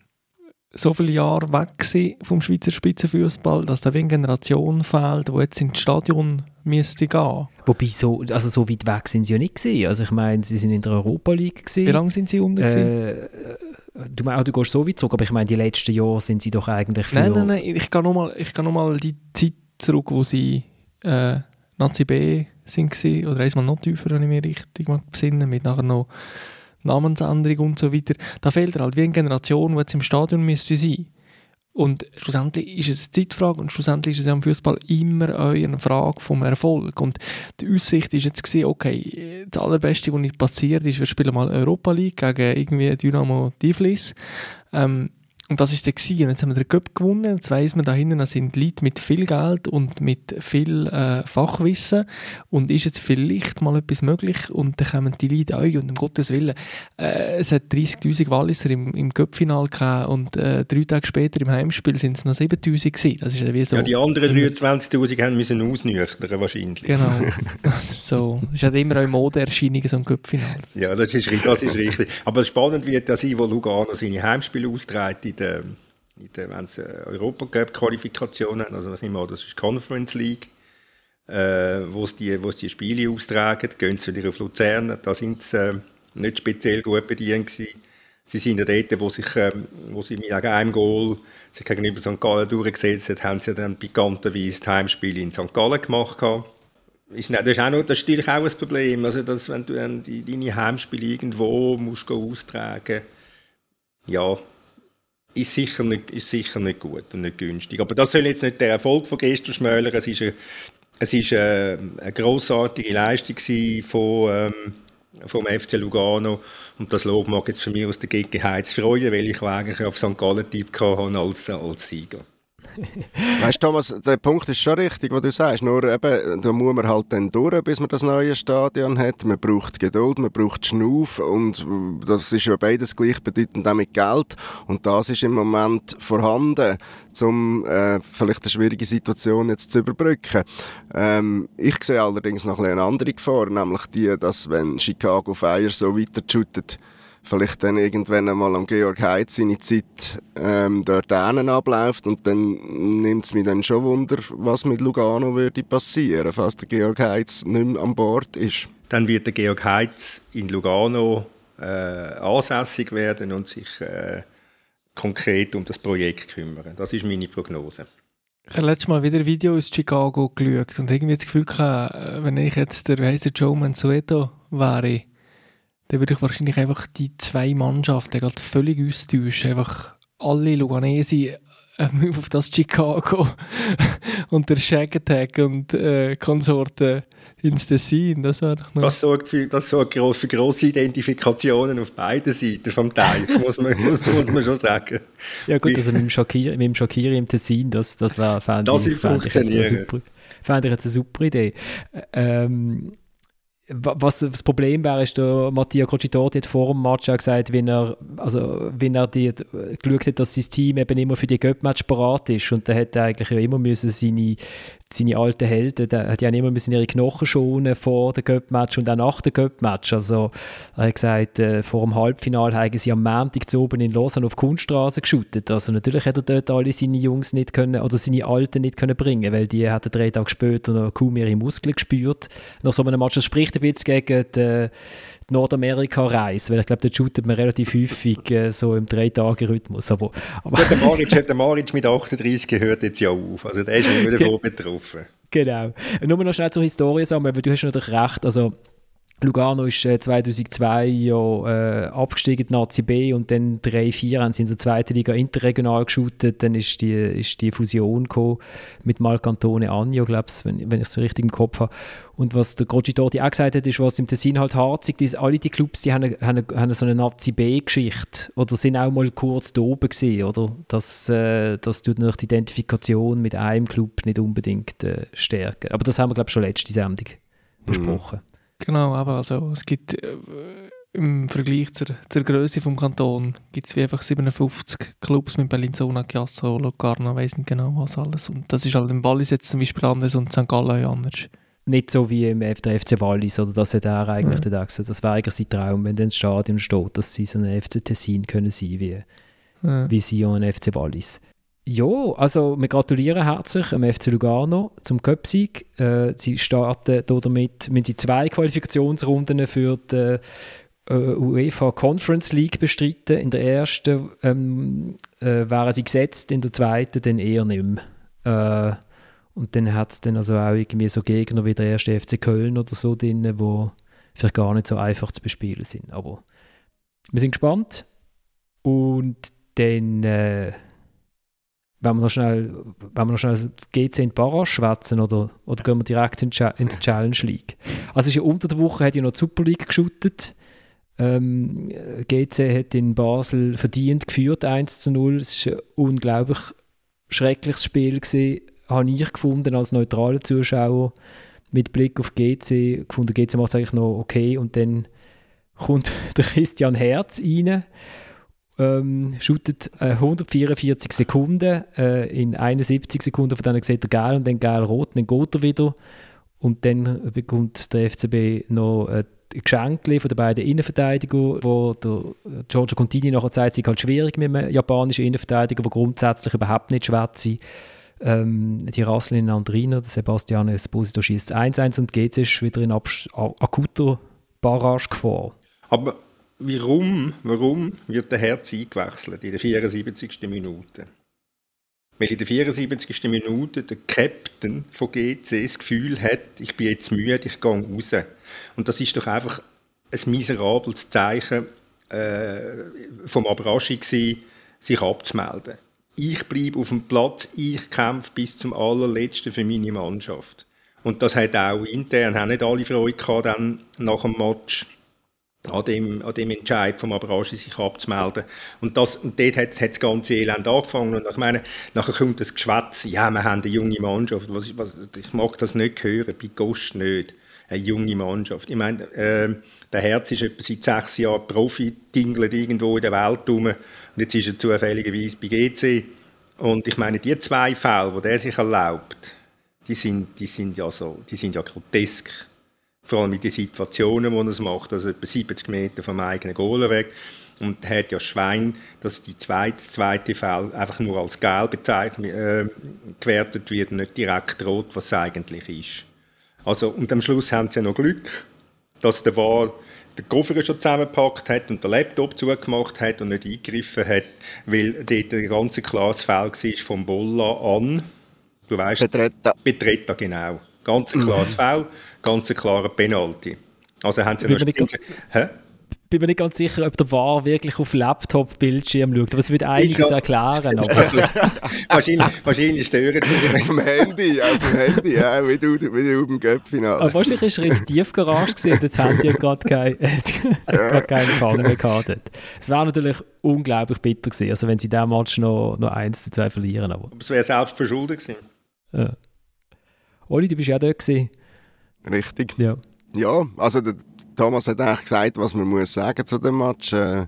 so viele Jahre weg vom Schweizer Spitzenfußball, dass da wie eine Generation fehlt, die jetzt ins Stadion müsste gehen. Wobei, so, also so weit weg sind sie ja nicht gewesen. Also ich meine, sie sind in der Europa League gewesen. Wie lange sind sie unten gewesen? Äh, du, du gehst so weit zurück, aber ich meine, die letzten Jahre sind sie doch eigentlich für... Nein, nein, nein, ich gehe nochmal noch die Zeit zurück, wo sie äh, Nazi B sind gewesen, oder einmal noch tiefer, wenn ich mich richtig besinne, mit nachher noch Namensänderung und so weiter. Da fehlt halt wie eine Generation, die jetzt im Stadion müsste sein. Und schlussendlich ist es eine Zeitfrage und schlussendlich ist es am Fußball immer eine Frage vom Erfolg. Und die Aussicht ist jetzt gewesen, okay, das Allerbeste, was nicht passiert ist, wir spielen mal Europa League gegen irgendwie Dynamo Tiflis. Ähm, Und das war dann. Und jetzt haben wir den Cup gewonnen. Jetzt weiss man, da hinten sind Leute mit viel Geld und mit viel äh, Fachwissen. Und ist jetzt vielleicht mal etwas möglich? Und dann kommen die Leute an. Und um Gottes Willen, äh, es hat dreissigtausend Walliser im, im Cup-Final gehabt. Und äh, drei Tage später im Heimspiel sind es noch siebentausend gewesen. Das ist ja wie so. Ja, die anderen dreiundzwanzigtausend haben müssen ausnüchtern wahrscheinlich. Genau. So, das ist halt immer eine Modeerscheinung, so ein Cup-Final. Ja, das ist, das ist richtig. Aber spannend wird ja sein, wo Lugano seine Heimspiele austrägt. In der, in der, wenn sie Europacup-Qualifikationen haben, also das ist die Conference League, äh, wo sie die, die Spiele austragen, gehen sie wieder auf Luzern, da sind sie äh, nicht speziell gut bedient gewesen. Sie sind ja dort, wo, sich, äh, wo sie mit einem Goal sich gegenüber Sankt Gallen durchgesetzt haben, haben sie dann pikanterweise das Heimspiel in Sankt Gallen gemacht. Ist, das, ist auch noch, das ist natürlich auch ein Problem, also dass, wenn du dann die, deine Heimspiele irgendwo musst austragen musst, ja, Ist sicher, nicht, ist sicher nicht gut und nicht günstig. Aber das soll jetzt nicht der Erfolg von gestern schmälern. Es ist eine, es ist eine, eine grossartige Leistung von, ähm, vom F C Lugano. Und das Lob mag jetzt für mich aus der Gelegenheit freuen, weil ich eigentlich auf Sankt Gallen Tipp hatte als, als Sieger. Weißt du, Thomas, der Punkt ist schon richtig, was du sagst. Nur eben, da muss man halt dann durch, bis man das neue Stadion hat. Man braucht Geduld, man braucht Schnuff und das ist ja beides gleichbedeutend auch mit Geld. Und das ist im Moment vorhanden, um äh, vielleicht eine schwierige Situation jetzt zu überbrücken. Ähm, ich sehe allerdings noch eine andere Gefahr, nämlich die, dass wenn Chicago Fire so weiter shootet, vielleicht dann irgendwann einmal am Georg Heitz seine Zeit ähm, dort hinten abläuft und dann nimmt es mich dann schon Wunder, was mit Lugano würde passieren, falls der Georg Heitz nicht mehr an Bord ist. Dann wird der Georg Heitz in Lugano äh, ansässig werden und sich äh, konkret um das Projekt kümmern. Das ist meine Prognose. Ich habe letztes Mal wieder ein Video aus Chicago geschaut und irgendwie das Gefühl gehabt, wenn ich jetzt der, wie heisst der, Joe Mansueto wäre, dann würde ich wahrscheinlich einfach die zwei Mannschaften gerade völlig austauschen. Einfach alle Luganesi äh, auf das Chicago und der Shag Attack und äh, Konsorten ins Tessin. Das, das sorgt für, das sorgt für grosse Identifikationen auf beiden Seiten vom Teich, muss man, muss, muss man schon sagen. Ja gut, also mit dem Shaqiri, mit dem Shaqiri im Tessin, das, das wäre fände das ich, fänd ich, fänd ich jetzt eine super Idee. Ähm, Was das Problem wäre, ist, der Mattia Crocitorti hat vor dem Match auch gesagt, wenn er, also, wenn er die, geschaut hat, dass sein Team eben immer für die Göpp-Match parat ist. Und dann hätte er eigentlich ja immer müssen seine, seine alten Helden, die haben immer müssen ihre Knochen schonen vor dem Göpp-Match und auch nach dem Göpp-Match. Also er hat gesagt, äh, vor dem Halbfinale haben sie am Montag zu oben in Lausanne auf Kunststraße geschootet. Also natürlich hätte er dort alle seine Jungs nicht können, oder seine Alten nicht können bringen, weil die hätten drei Tage später noch kaum ihre Muskeln gespürt. Nach so einem Match, das spricht ein bisschen gegen die, die Nordamerika-Reise, weil ich glaube, dort shootet man relativ häufig äh, so im drei-Tage-Rhythmus. Aber, aber ja, der Maric, der Maric mit achtunddreißig gehört jetzt ja auf, also der ist nicht davon betroffen. Genau. Nur noch schnell zur Historie sagen, weil du hast natürlich recht, also Lugano ist äh, zweitausendzwei ja äh, abgestiegen in Nazi B und dann drei vier haben sie in der zweiten Liga interregional geshootet. Dann ist die, ist die Fusion gekommen mit Marcantone Agno, glaube ich, wenn, wenn ich es so richtig im Kopf habe. Und was der Crocitorti auch gesagt hat, ist, was im Tessin halt harzig ist, alle die Clubs, die haben, haben, haben so eine Nazi B-Geschichte oder sind auch mal kurz da oben gewesen, oder? Das, äh, das tut noch die Identifikation mit einem Club nicht unbedingt äh, stärken. Aber das haben wir, glaube ich, schon letzte Sendung besprochen. Mhm. Genau, aber also es gibt äh, im Vergleich zur, zur Größe des Kantons gibt es wie einfach siebenundfünfzig Clubs mit Bellinzona, Chiasso, Locarno, weiss nicht genau was alles. Und das ist halt im Wallis jetzt zum Beispiel anders und Sankt Gallen anders. Nicht so wie im F C Wallis, oder das hat er eigentlich ja. gesagt. Das wäre eigentlich sein Traum, wenn dann das Stadion steht, dass sie so ein F C Tessin können sein wie, ja. wie sie und ein F C Wallis. Ja, also wir gratulieren herzlich dem F C Lugano zum Cup-Sieg. Äh, sie starten damit, müssen sie zwei Qualifikationsrunden für die äh, UEFA Conference League bestreiten. In der ersten ähm, äh, wären sie gesetzt, in der zweiten dann eher nicht mehr. Äh, und dann hat es dann also auch irgendwie so Gegner wie der erste F C Köln oder so drin, die vielleicht gar nicht so einfach zu bespielen sind. Aber wir sind gespannt. Und dann... Äh, Wenn wir noch schnell, wenn wir noch schnell G C in die Barrage schwätzen oder, oder gehen wir direkt in die, in die Challenge League? Also ist ja unter der Woche hat ja noch die Super League geshootet. Ähm, G C hat in Basel verdient geführt, eins zu null. Es war ein unglaublich schreckliches Spiel gewesen, habe ich gefunden als neutraler Zuschauer mit Blick auf G C. Gefunden, G C macht es eigentlich noch okay und dann kommt der Christian Herz rein. Ähm, shootet äh, hundertvierundvierzig Sekunden, äh, in einundsiebzig Sekunden von denen sieht er geil und dann geil rot, dann geht er wieder und dann bekommt der F C B noch ein Geschenk von den beiden Innenverteidigern, wo der Giorgio Contini nachher sagt, es ist halt schwierig mit einem japanischen Innenverteidiger, der grundsätzlich überhaupt nicht schwätzt. Ähm, die Rasselin Andrina, der Sebastiano Esposito schießt eins eins und G C ist wieder in abs- akuter Barragegefahr. Aber Warum, warum wird der Herz eingewechselt in der vierundsiebzigsten Minute? Weil in der vierundsiebzigsten Minute der Captain von G C das Gefühl hat, ich bin jetzt müde, ich gehe raus. Und das ist doch einfach ein miserables Zeichen äh, vom Abraschi gewesen, sich abzumelden. Ich bleibe auf dem Platz, ich kämpfe bis zum allerletzten für meine Mannschaft. Und das hat auch intern, haben nicht alle Freude gehabt dann nach dem Match, An dem, an dem Entscheid vom Abraschi sich abzumelden. Und, das, und dort hat, hat das ganze Elend angefangen. Und ich meine, nachher kommt das Geschwätz, ja, wir haben eine junge Mannschaft. Was, was, ich mag das nicht hören, bei Gost nicht. Eine junge Mannschaft. Ich meine, äh, der Herz ist etwa seit sechs Jahren Profi, tingelt irgendwo in der Welt rum. Und jetzt ist er zufälligerweise bei G C. Und ich meine, die zwei Fälle, die der sich erlaubt, die sind, die sind, ja, so, die sind ja grotesk. Vor allem mit den Situationen, wo er es macht, also etwa siebzig Meter vom eigenen Goal weg. Und er hat ja Schwein, dass die zweite, zweite Fall einfach nur als gelb bezeichnet, äh, gewertet wird, nicht direkt rot, was es eigentlich ist. Also, und am Schluss haben sie ja noch Glück, dass der V A R den Koffer schon zusammengepackt hat und den Laptop zugemacht hat und nicht eingegriffen hat, weil dort ein ganz klares Fall war vom Bolla an. Du weißt, Betretta. Betretta, genau. Ganz ein klares Foul, ganz ein klarer Penalty. Also haben sie noch... Ich bin mir nicht ganz sicher, ob der V A R wirklich auf Laptop-Bildschirm schaut, aber es würde einiges ja. erklären. Aber wahrscheinlich, wahrscheinlich stören sie sich. Auf dem Handy, auf dem Handy, ja, wie du, wie du im Cup-Finale. Aber wahrscheinlich war er in der Tiefgarage gewesen, und jetzt haben die gerade keinen kein Empfang mehr gehabt. Es wäre natürlich unglaublich bitter gewesen, also wenn sie diesen Match noch, noch eins zu zwei verlieren. Aber, aber es wäre selbst verschuldet gewesen. Ja. Oli, du bist ja auch dort gewesen. Richtig. Ja. Ja, also der Thomas hat eigentlich gesagt, was man muss sagen zu dem Match. Äh,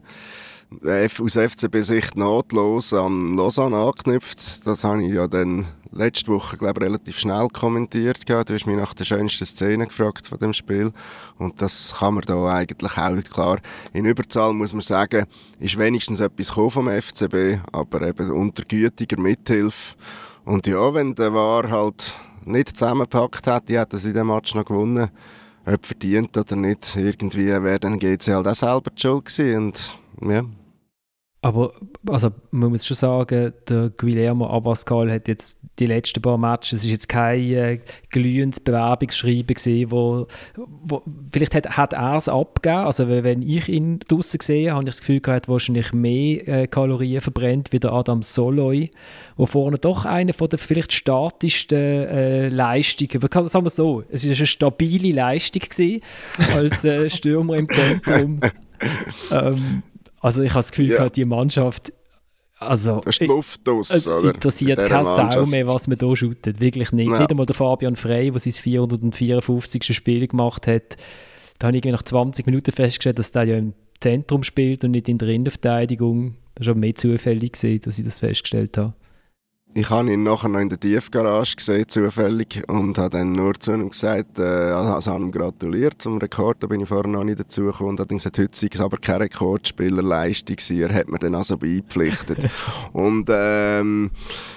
aus F C B-Sicht nahtlos an Lausanne angeknüpft. Das habe ich ja dann letzte Woche, glaube ich, relativ schnell kommentiert. Du hast mich nach der schönsten Szene gefragt von dem Spiel. Und das kann man da eigentlich auch klar. In Überzahl muss man sagen, ist wenigstens etwas gekommen vom F C B, aber eben unter gütiger Mithilfe. Und ja, wenn der V A R halt nicht zusammengepackt hätte, hätte sie den Match noch gewonnen. Ob verdient oder nicht, irgendwie wäre dann G C halt auch selber die Schuld gewesen. Und, ja. Aber also, man muss schon sagen, der Guillermo Abascal hat jetzt die letzten paar Matches, es ist jetzt kein äh, glühendes Bewerbungsschreiben gewesen, wo, wo vielleicht hat, hat er es abgegeben, also wenn ich ihn draussen sehe, habe ich das Gefühl, er hat wahrscheinlich mehr äh, Kalorien verbrennt wie der Adam Soloy, wo vorne doch eine von der vielleicht statischsten äh, Leistungen, aber sagen wir so, es war eine stabile Leistung gewesen, als äh, Stürmer im Zentrum. ähm, Also ich habe das Gefühl, ja. die Mannschaft, also das ist die Luft aus, es oder? interessiert keine Sau mehr, was man hier shootet. Wirklich nicht. Ja. Nicht einmal der Fabian Frey, der sein vierhundertvierundfünfzigste Spiel gemacht hat. Da habe ich nach zwanzig Minuten festgestellt, dass der ja im Zentrum spielt und nicht in der Innenverteidigung. Das war schon mehr zufällig gewesen, dass ich das festgestellt habe. Ich habe ihn nachher noch in der Tiefgarage gesehen, zufällig, und habe dann nur zu ihm gesagt, äh, also habe ihm gratuliert zum Rekord, da bin ich vorher noch nicht dazugekommen, und habe gesagt, heute sei es aber keine Rekordspielerleistung gewesen, er hat mir dann also beipflichtet. Und ähm,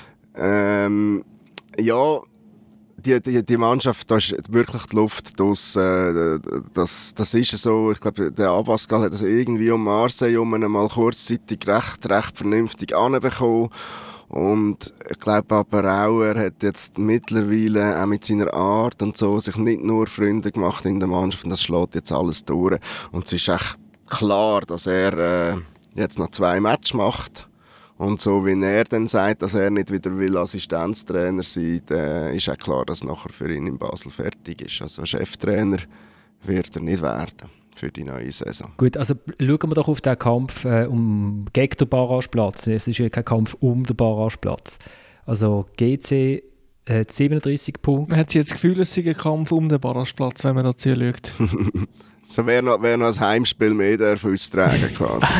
ähm, ja, die, die, die Mannschaft, da ist wirklich die Luft draus, äh, das, das ist so, ich glaube, der Abascal hat das irgendwie um Marseille um einmal kurzzeitig recht, recht vernünftig anbekommen. Und ich glaube aber auch, er hat jetzt mittlerweile auch mit seiner Art und so sich nicht nur Freunde gemacht in der Mannschaft, und das schlägt jetzt alles durch. Und es ist echt klar, dass er äh, jetzt noch zwei Matches macht. Und so wie er dann sagt, dass er nicht wieder will Assistenztrainer sein will, äh, ist auch klar, dass nachher für ihn in Basel fertig ist. Also Cheftrainer wird er nicht werden für die neue Saison. Gut, also schauen wir doch auf den Kampf äh, um gegen den Barrageplatz. Es ist ja kein Kampf um den Barrageplatz. Also G C hat siebenunddreissig Punkte. Man hat jetzt das Gefühl, es sei ein Kampf um den Barrageplatz, wenn man da zuschaut. So wäre noch, wär noch ein Heimspiel mehr darf austragen quasi.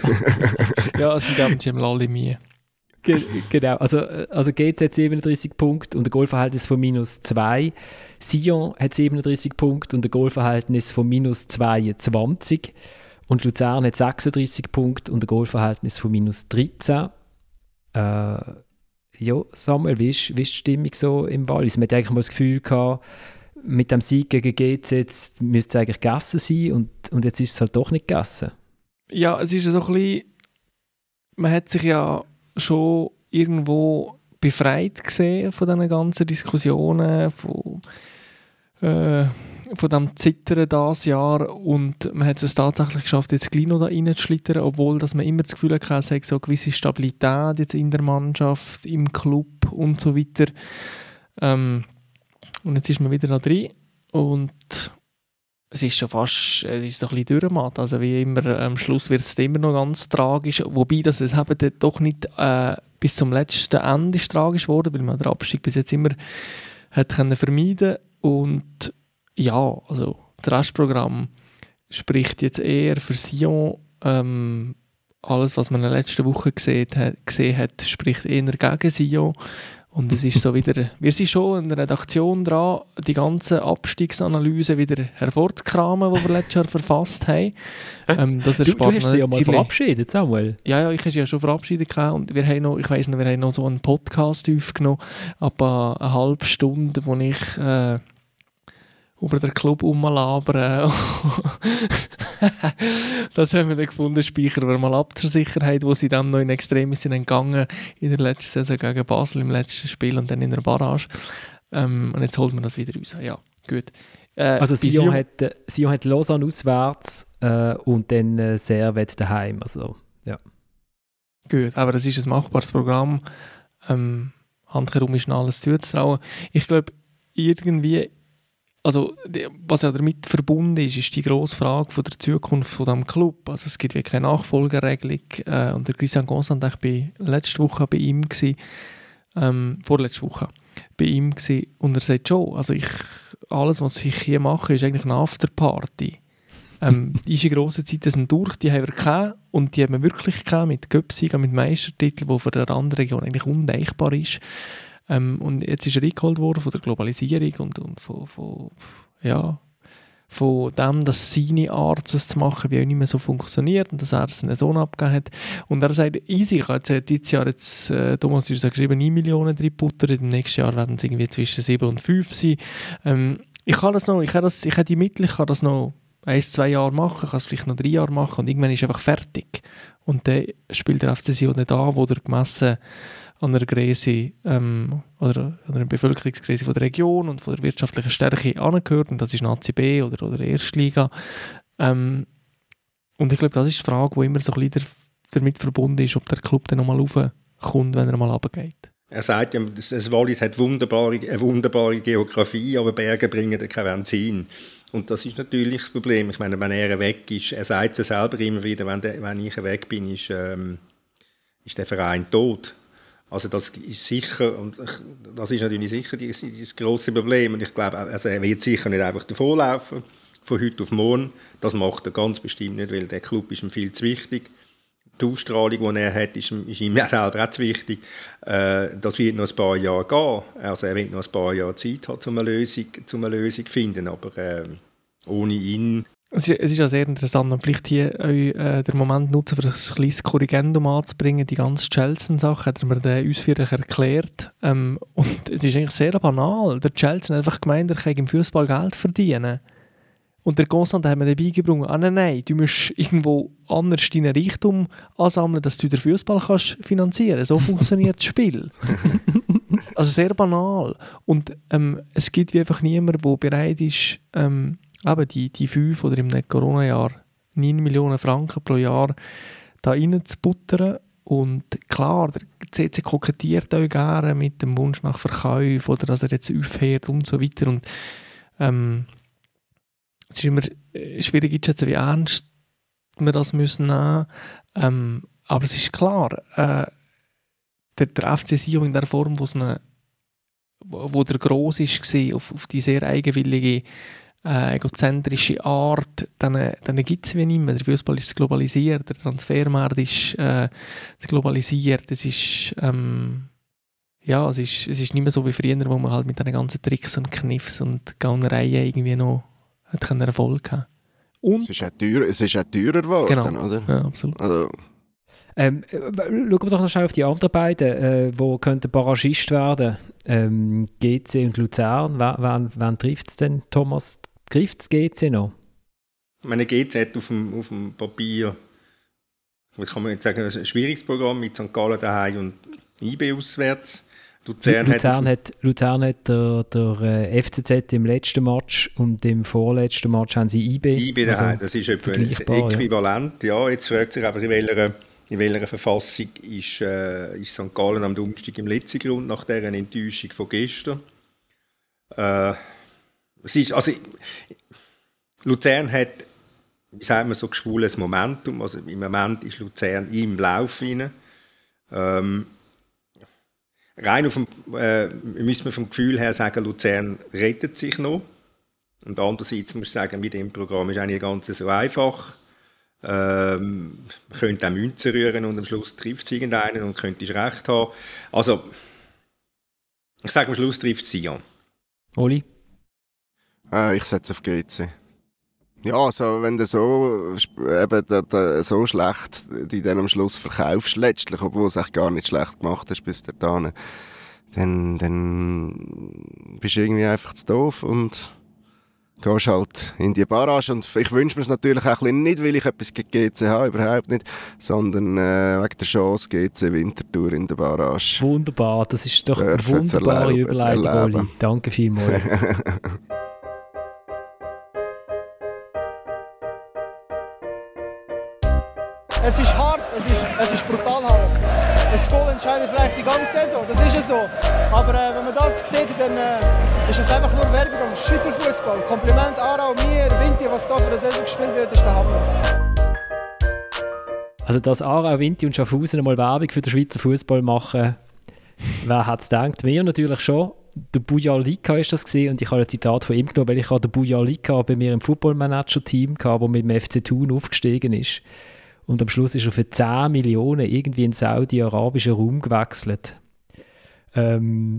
Ja, sie geben sich alle Mühe. Ge- genau, also, also G C hat siebenunddreissig Punkte und ein Goalverhältnis von minus zwei. Sion hat siebenunddreissig Punkte und ein Goalverhältnis von minus zweiundzwanzig. Und Luzern hat sechsunddreissig Punkte und ein Goalverhältnis von minus dreizehn. Äh, ja, Samuel, wie ist, wie ist die Stimmung so im Wallis? Man hat eigentlich mal das Gefühl gehabt, mit dem Sieg gegen G C jetzt müsste es eigentlich gegessen sein, und, und jetzt ist es halt doch nicht gegessen. Ja, es ist so ein bisschen, man hat sich ja schon irgendwo befreit gesehen von diesen ganzen Diskussionen, von, äh, von dem Zittern dieses Jahr, und man hat es tatsächlich geschafft, jetzt gleich noch da reinzuschlittern, obwohl dass man immer das Gefühl hatte, es hat so eine gewisse Stabilität jetzt in der Mannschaft, im Club und so weiter. Ähm, und jetzt ist man wieder da drin und es ist schon fast, es ist so ein bisschen durchmatt. Also wie immer, am Schluss wird es immer noch ganz tragisch. Wobei das es eben dort doch nicht äh, bis zum letzten Ende ist tragisch wurde, weil man den Abstieg bis jetzt immer hat können vermeiden. Und ja, also das Restprogramm spricht jetzt eher für Sion. Ähm, alles, was man in der letzten Woche gesehen hat, gesehen hat, spricht eher gegen Sion. Und es ist so wieder, wir sind schon in der Redaktion dran, die ganze Abstiegsanalyse wieder hervorzukramen, die wir letztes Jahr verfasst haben. Ähm, das du, du hast sie ja mal verabschiedet, Samuel. Ja, ja, ich habe sie ja schon verabschiedet gehabt. Und wir haben noch, ich weiss noch, wir haben noch so einen Podcast aufgenommen, aber eine halbe Stunde, wo ich äh, über den Club rumlabern. Das haben wir dann gefunden, speichern wir mal ab zur Sicherheit, wo sie dann noch in Extremis sind gegangen in der letzten Saison gegen Basel im letzten Spiel und dann in der Barrage. Ähm, und jetzt holt man das wieder raus. Ja, gut. Äh, also Sion hat, äh, Sion hat Lausanne auswärts äh, und dann äh, Servette daheim. Also, ja. Gut, aber das ist ein machbares Programm. Ähm, handherum ist alles zuzutrauen. Ich glaube, irgendwie Also, was ja damit verbunden ist, ist die grosse Frage von der Zukunft von diesem Club. Also, es gibt wirklich keine Nachfolgeregelung. Äh, und der Christian Gonsan, ich war letzte Woche bei ihm, gewesen, ähm, vorletzte Woche bei ihm gewesen, und er sagt schon, also ich, alles, was ich hier mache, ist eigentlich eine Afterparty. Ähm, unsere grossen Zeiten sind durch, die haben wir gehabt, und die haben wir wirklich gehabt, mit Göpsigen, mit Meistertiteln, die für eine andere Region eigentlich undenkbar ist. Ähm, und jetzt ist er eingeholt worden von der Globalisierung und, und von, von, ja, von dem, dass seine Art, es zu machen, wie auch nicht mehr so funktioniert, und dass er seinen Sohn abgegeben hat. Und er sagt, easy, ich habe jetzt dieses Jahr, jetzt, äh, Thomas hat geschrieben, neun Millionen drin buttern, im nächsten Jahr werden es irgendwie zwischen sieben und fünf sein. Ähm, ich kann das noch, ich habe, das, ich habe die Mittel, ich kann das noch ein, zwei Jahre machen, kann es vielleicht noch drei Jahre machen und irgendwann ist er einfach fertig. Und dann spielt der F C Sion nicht an, wo der gemessen an einer Größe ähm, oder an einer Bevölkerungsgröße von der Region und von der wirtschaftlichen Stärke angehört. Und das ist Nazi B oder, oder Erstliga. Ähm, und ich glaube, das ist die Frage, die immer so ein bisschen damit verbunden ist, ob der Club dann nochmal raufkommt, wenn er mal runtergeht. Er sagt ja, das Wallis hat wunderbare, eine wunderbare Geografie, aber Berge bringen kein Benzin. Und das ist natürlich das Problem. Ich meine, wenn er weg ist, er sagt es selber immer wieder, wenn, der, wenn ich weg bin, ist, ähm, ist der Verein tot. Also das ist sicher, und das ist natürlich sicher das, das grosse Problem. Und ich glaube, also er wird sicher nicht einfach davonlaufen, von heute auf morgen. Das macht er ganz bestimmt nicht, weil der Club ist ihm viel zu wichtig. Die Ausstrahlung, die er hat, ist, ist ihm selber auch zu wichtig. Äh, das wird noch ein paar Jahre gehen. Also er wird noch ein paar Jahre Zeit haben, um eine Lösung, um eine Lösung zu finden. Aber äh, ohne ihn... Es ist, es ist ja sehr interessant, und vielleicht hier euch, äh, den Moment nutzen, für ein kleines Korrigendum anzubringen. Die ganze Chelsea-Sache hat er mir dann ausführlich erklärt. Ähm, und es ist eigentlich sehr banal. Der Chelsea hat einfach gemeint, er kann im Fußball Geld verdienen. Und der Constant hat mir dann beigebracht, ah nein, nein, du musst irgendwo anders deinen Reichtum ansammeln, dass du den Fußball kannst finanzieren. So funktioniert das Spiel. Also sehr banal. Und ähm, es gibt wie einfach niemanden, der bereit ist, ähm, eben die, die fünf oder im Corona-Jahr neun Millionen Franken pro Jahr da rein zu buttern. Und klar, der C C kokettiert auch gerne mit dem Wunsch nach Verkauf oder dass er jetzt aufhört und so weiter. Und ähm, es ist immer schwierig einzuschätzen, wie ernst wir das müssen nehmen. Ähm, aber es ist klar, äh, der, der F C Sion in der Form, wo, eine, wo, wo der gross war, auf, auf die sehr eigenwillige, äh, egozentrische Art, dann, dann gibt es wie nicht mehr. Der Fußball ist globalisiert, der Transfermarkt ist äh, globalisiert. Es ist, ähm, ja, es, ist, es ist nicht mehr so wie früher, wo man halt mit den ganzen Tricks und Kniffs und Gaunereien irgendwie noch hat Erfolg haben. Und es ist auch teurer, es ist auch teurer geworden, genau. Oder? Ja, absolut. Also, Ähm, schauen wir doch noch schnell auf die anderen beiden, äh, die könnten Barragist werden. Ähm, G C und Luzern. Wann, wann trifft es denn, Thomas? Trifft es G C noch? Meine G C hat auf dem, auf dem Papier, ich kann man jetzt sagen, ein schwieriges Programm mit Sankt Gallen daheim und I B auswärts. Luzern, Luzern, hat, hat, Luzern hat der, der äh, F C Z im letzten Match und im vorletzten Match haben sie I B. I B daheim, also, das ist etwa äquivalent. Ja. Ja, jetzt fragt sich aber, in welcher, in welcher Verfassung ist, äh, ist Sankt Gallen am Donnerstag im letzten Grund nach dieser Enttäuschung von gestern. Äh, es ist, also, Luzern hat, wie sagt man, so geschwules Momentum. Also im Moment ist Luzern im Lauf rein. Ähm, Rein auf dem, äh, müssen wir vom Gefühl her sagen, Luzern rettet sich noch. Und andererseits muss ich sagen, mit dem Programm ist eigentlich ganz so einfach. Ähm, man könnte auch Münzen rühren und am Schluss trifft es irgendeinen und könnte recht haben. Also, ich sage, am Schluss trifft es Sion. Oli? äh, ich setze auf G C. Ja, also wenn du so, eben, da, da, so schlecht die dann am Schluss verkaufst, letztlich, obwohl du es echt gar nicht schlecht gemacht hast bis dahin, dann, dann bist du irgendwie einfach zu doof und gehst halt in die Barrage. Und ich wünsche mir es natürlich auch ein bisschen nicht, weil ich etwas gegen G C habe, überhaupt nicht, sondern äh, wegen der Chance G C Winterthur in der Barrage. Wunderbar, das ist doch eine wunderbare Überleitung, Oli. Danke vielmals. Es ist hart, es ist, es ist brutal hart. Ein Goal entscheidet vielleicht die ganze Saison, das ist ja so. Aber äh, wenn man das sieht, dann äh, ist es einfach nur Werbung am Schweizer Fußball. Kompliment Aarau, mir, Vinti, was da für eine Saison gespielt wird, ist der Hammer. Also, dass Aarau, Vinti und Schaffhausen einmal Werbung für den Schweizer Fußball machen, wer hat es gedacht? Wir natürlich schon. Der Bujal Lika ist das gewesen, und ich habe ein Zitat von ihm genommen, weil ich habe den Bujal Lika bei mir im Football-Manager-Team hatte, der mit dem F C Thun aufgestiegen ist. Und am Schluss ist er für zehn Millionen irgendwie in den saudi-arabischen Raum gewechselt. Ähm.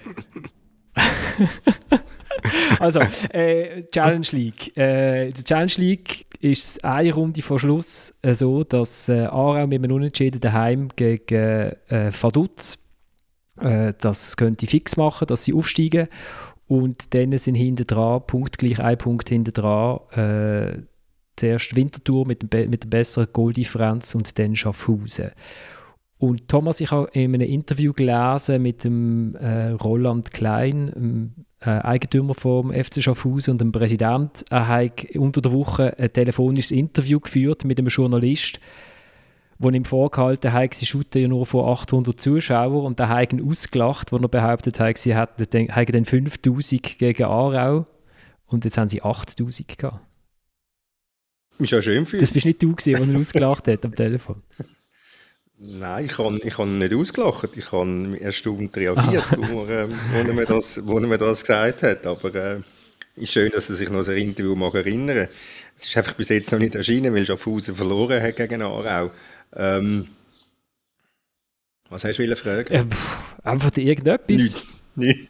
also, äh, Challenge League. Äh, die Challenge League ist eine Runde vor Schluss äh, so, dass äh, Aarau mit einem Unentschieden daheim gegen äh, Vaduz äh, das könnte fix machen, dass sie aufsteigen. Und dann sind hinten dran, punktgleich ein Punkt hinten dran, äh, zuerst Winterthur mit, dem, mit der besseren Goaldifferenz und dann Schaffhausen. Und Thomas, ich habe in einem Interview gelesen mit dem äh, Roland Klein, dem äh, Eigentümer vom F C Schaffhausen und dem Präsident. Er hat unter der Woche ein telefonisches Interview geführt mit einem Journalist, der ihm vorgehalten hat, sie shooten ja nur vor achthundert Zuschauern, und der hat ihn ausgelacht, wo er behauptet hat, sie hätten dann fünftausend gegen Aarau und jetzt haben sie achttausend gehabt. Ist ja schön für Das bist nicht du gewesen, der ihn ausgelacht hat am Telefon. Nein, ich habe ich hab nicht ausgelacht. Ich habe erstaunt reagiert, wo er, wo, er mir das, wo er mir das gesagt hat. Aber es äh, ist schön, dass er sich noch an ein Interview mag erinnern. Es ist einfach bis jetzt noch nicht erschienen, weil Schaffhausen verloren hat gegen Aarau. Ähm, was hast du fragen? Äh, pff, einfach irgendetwas. Nicht. Nicht.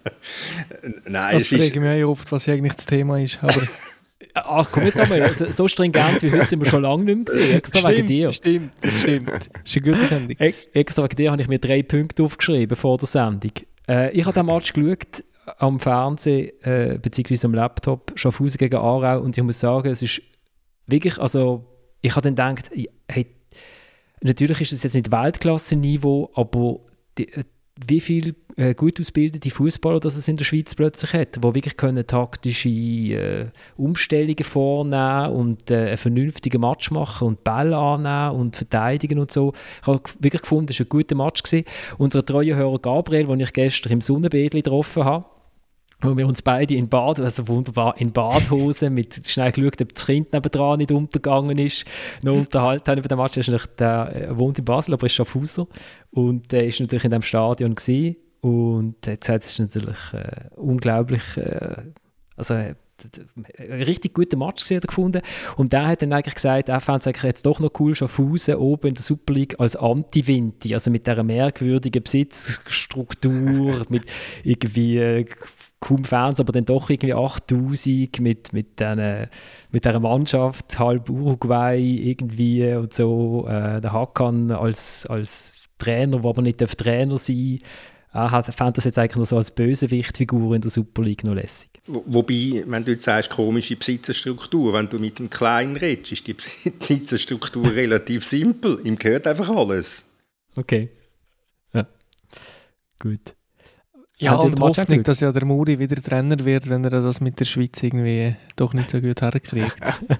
Nein, das es frage ist... ich mich auch oft, was eigentlich das Thema ist. Aber Ach komm, jetzt einmal, so, so stringent wie heute sind wir schon lange nicht mehr gesehen. Extra stimmt, wegen dir. Stimmt, das stimmt. Das ist eine gute Sendung. E- extra wegen dir habe ich mir drei Punkte aufgeschrieben vor der Sendung. Äh, ich habe den Match geschaut am Fernsehen äh, bzw. am Laptop, Schaffhausen gegen Aarau, und ich muss sagen, es ist wirklich, also ich habe dann gedacht, hey, natürlich ist es jetzt nicht Weltklasse-Niveau, aber die, wie viele äh, gut ausgebildete Fußballer das es in der Schweiz plötzlich hat, die wirklich können taktische äh, Umstellungen vornehmen und äh, einen vernünftigen Match machen und Bälle annehmen und verteidigen und so. Ich habe wirklich gefunden, es war ein guter Match gewesen. Unser treuer Hörer Gabriel, den ich gestern im Sonnenbädli getroffen habe, wo wir uns beide in Bad, also wunderbar in Badhosen, mit schnell geschaut, ob das Kind nebendran nicht untergegangen ist, noch unterhalten haben über den Match. Der, der wohnt in Basel, aber ist Schaffhauser, und der war natürlich in diesem Stadion gewesen. Und jetzt hat es natürlich äh, unglaublich, äh, also äh, ein richtig guter Match gesehen, gefunden. Und der hat dann eigentlich gesagt, er fand es eigentlich jetzt doch noch cool, Schaffhausen oben in der Super League als Anti-Vinti, also mit dieser merkwürdigen Besitzstruktur, mit irgendwie äh, kaum Fans, aber dann doch irgendwie achttausend mit, mit, den, mit dieser Mannschaft, halb Uruguay irgendwie und so. Äh, der Hakan als, als Trainer, der aber nicht Trainer sein darf, er fand das jetzt eigentlich noch so als Bösewicht-Figur in der Super League noch lässig. Wobei, wenn du jetzt sagst, komische Besitzerstruktur, wenn du mit dem Kleinen redest, ist die Besitzerstruktur relativ simpel. Ihm gehört einfach alles. Okay. Ja. Gut. Ja, und die Hoffnung, dass ja der Muri wieder Trainer wird, wenn er das mit der Schweiz irgendwie doch nicht so gut herkriegt.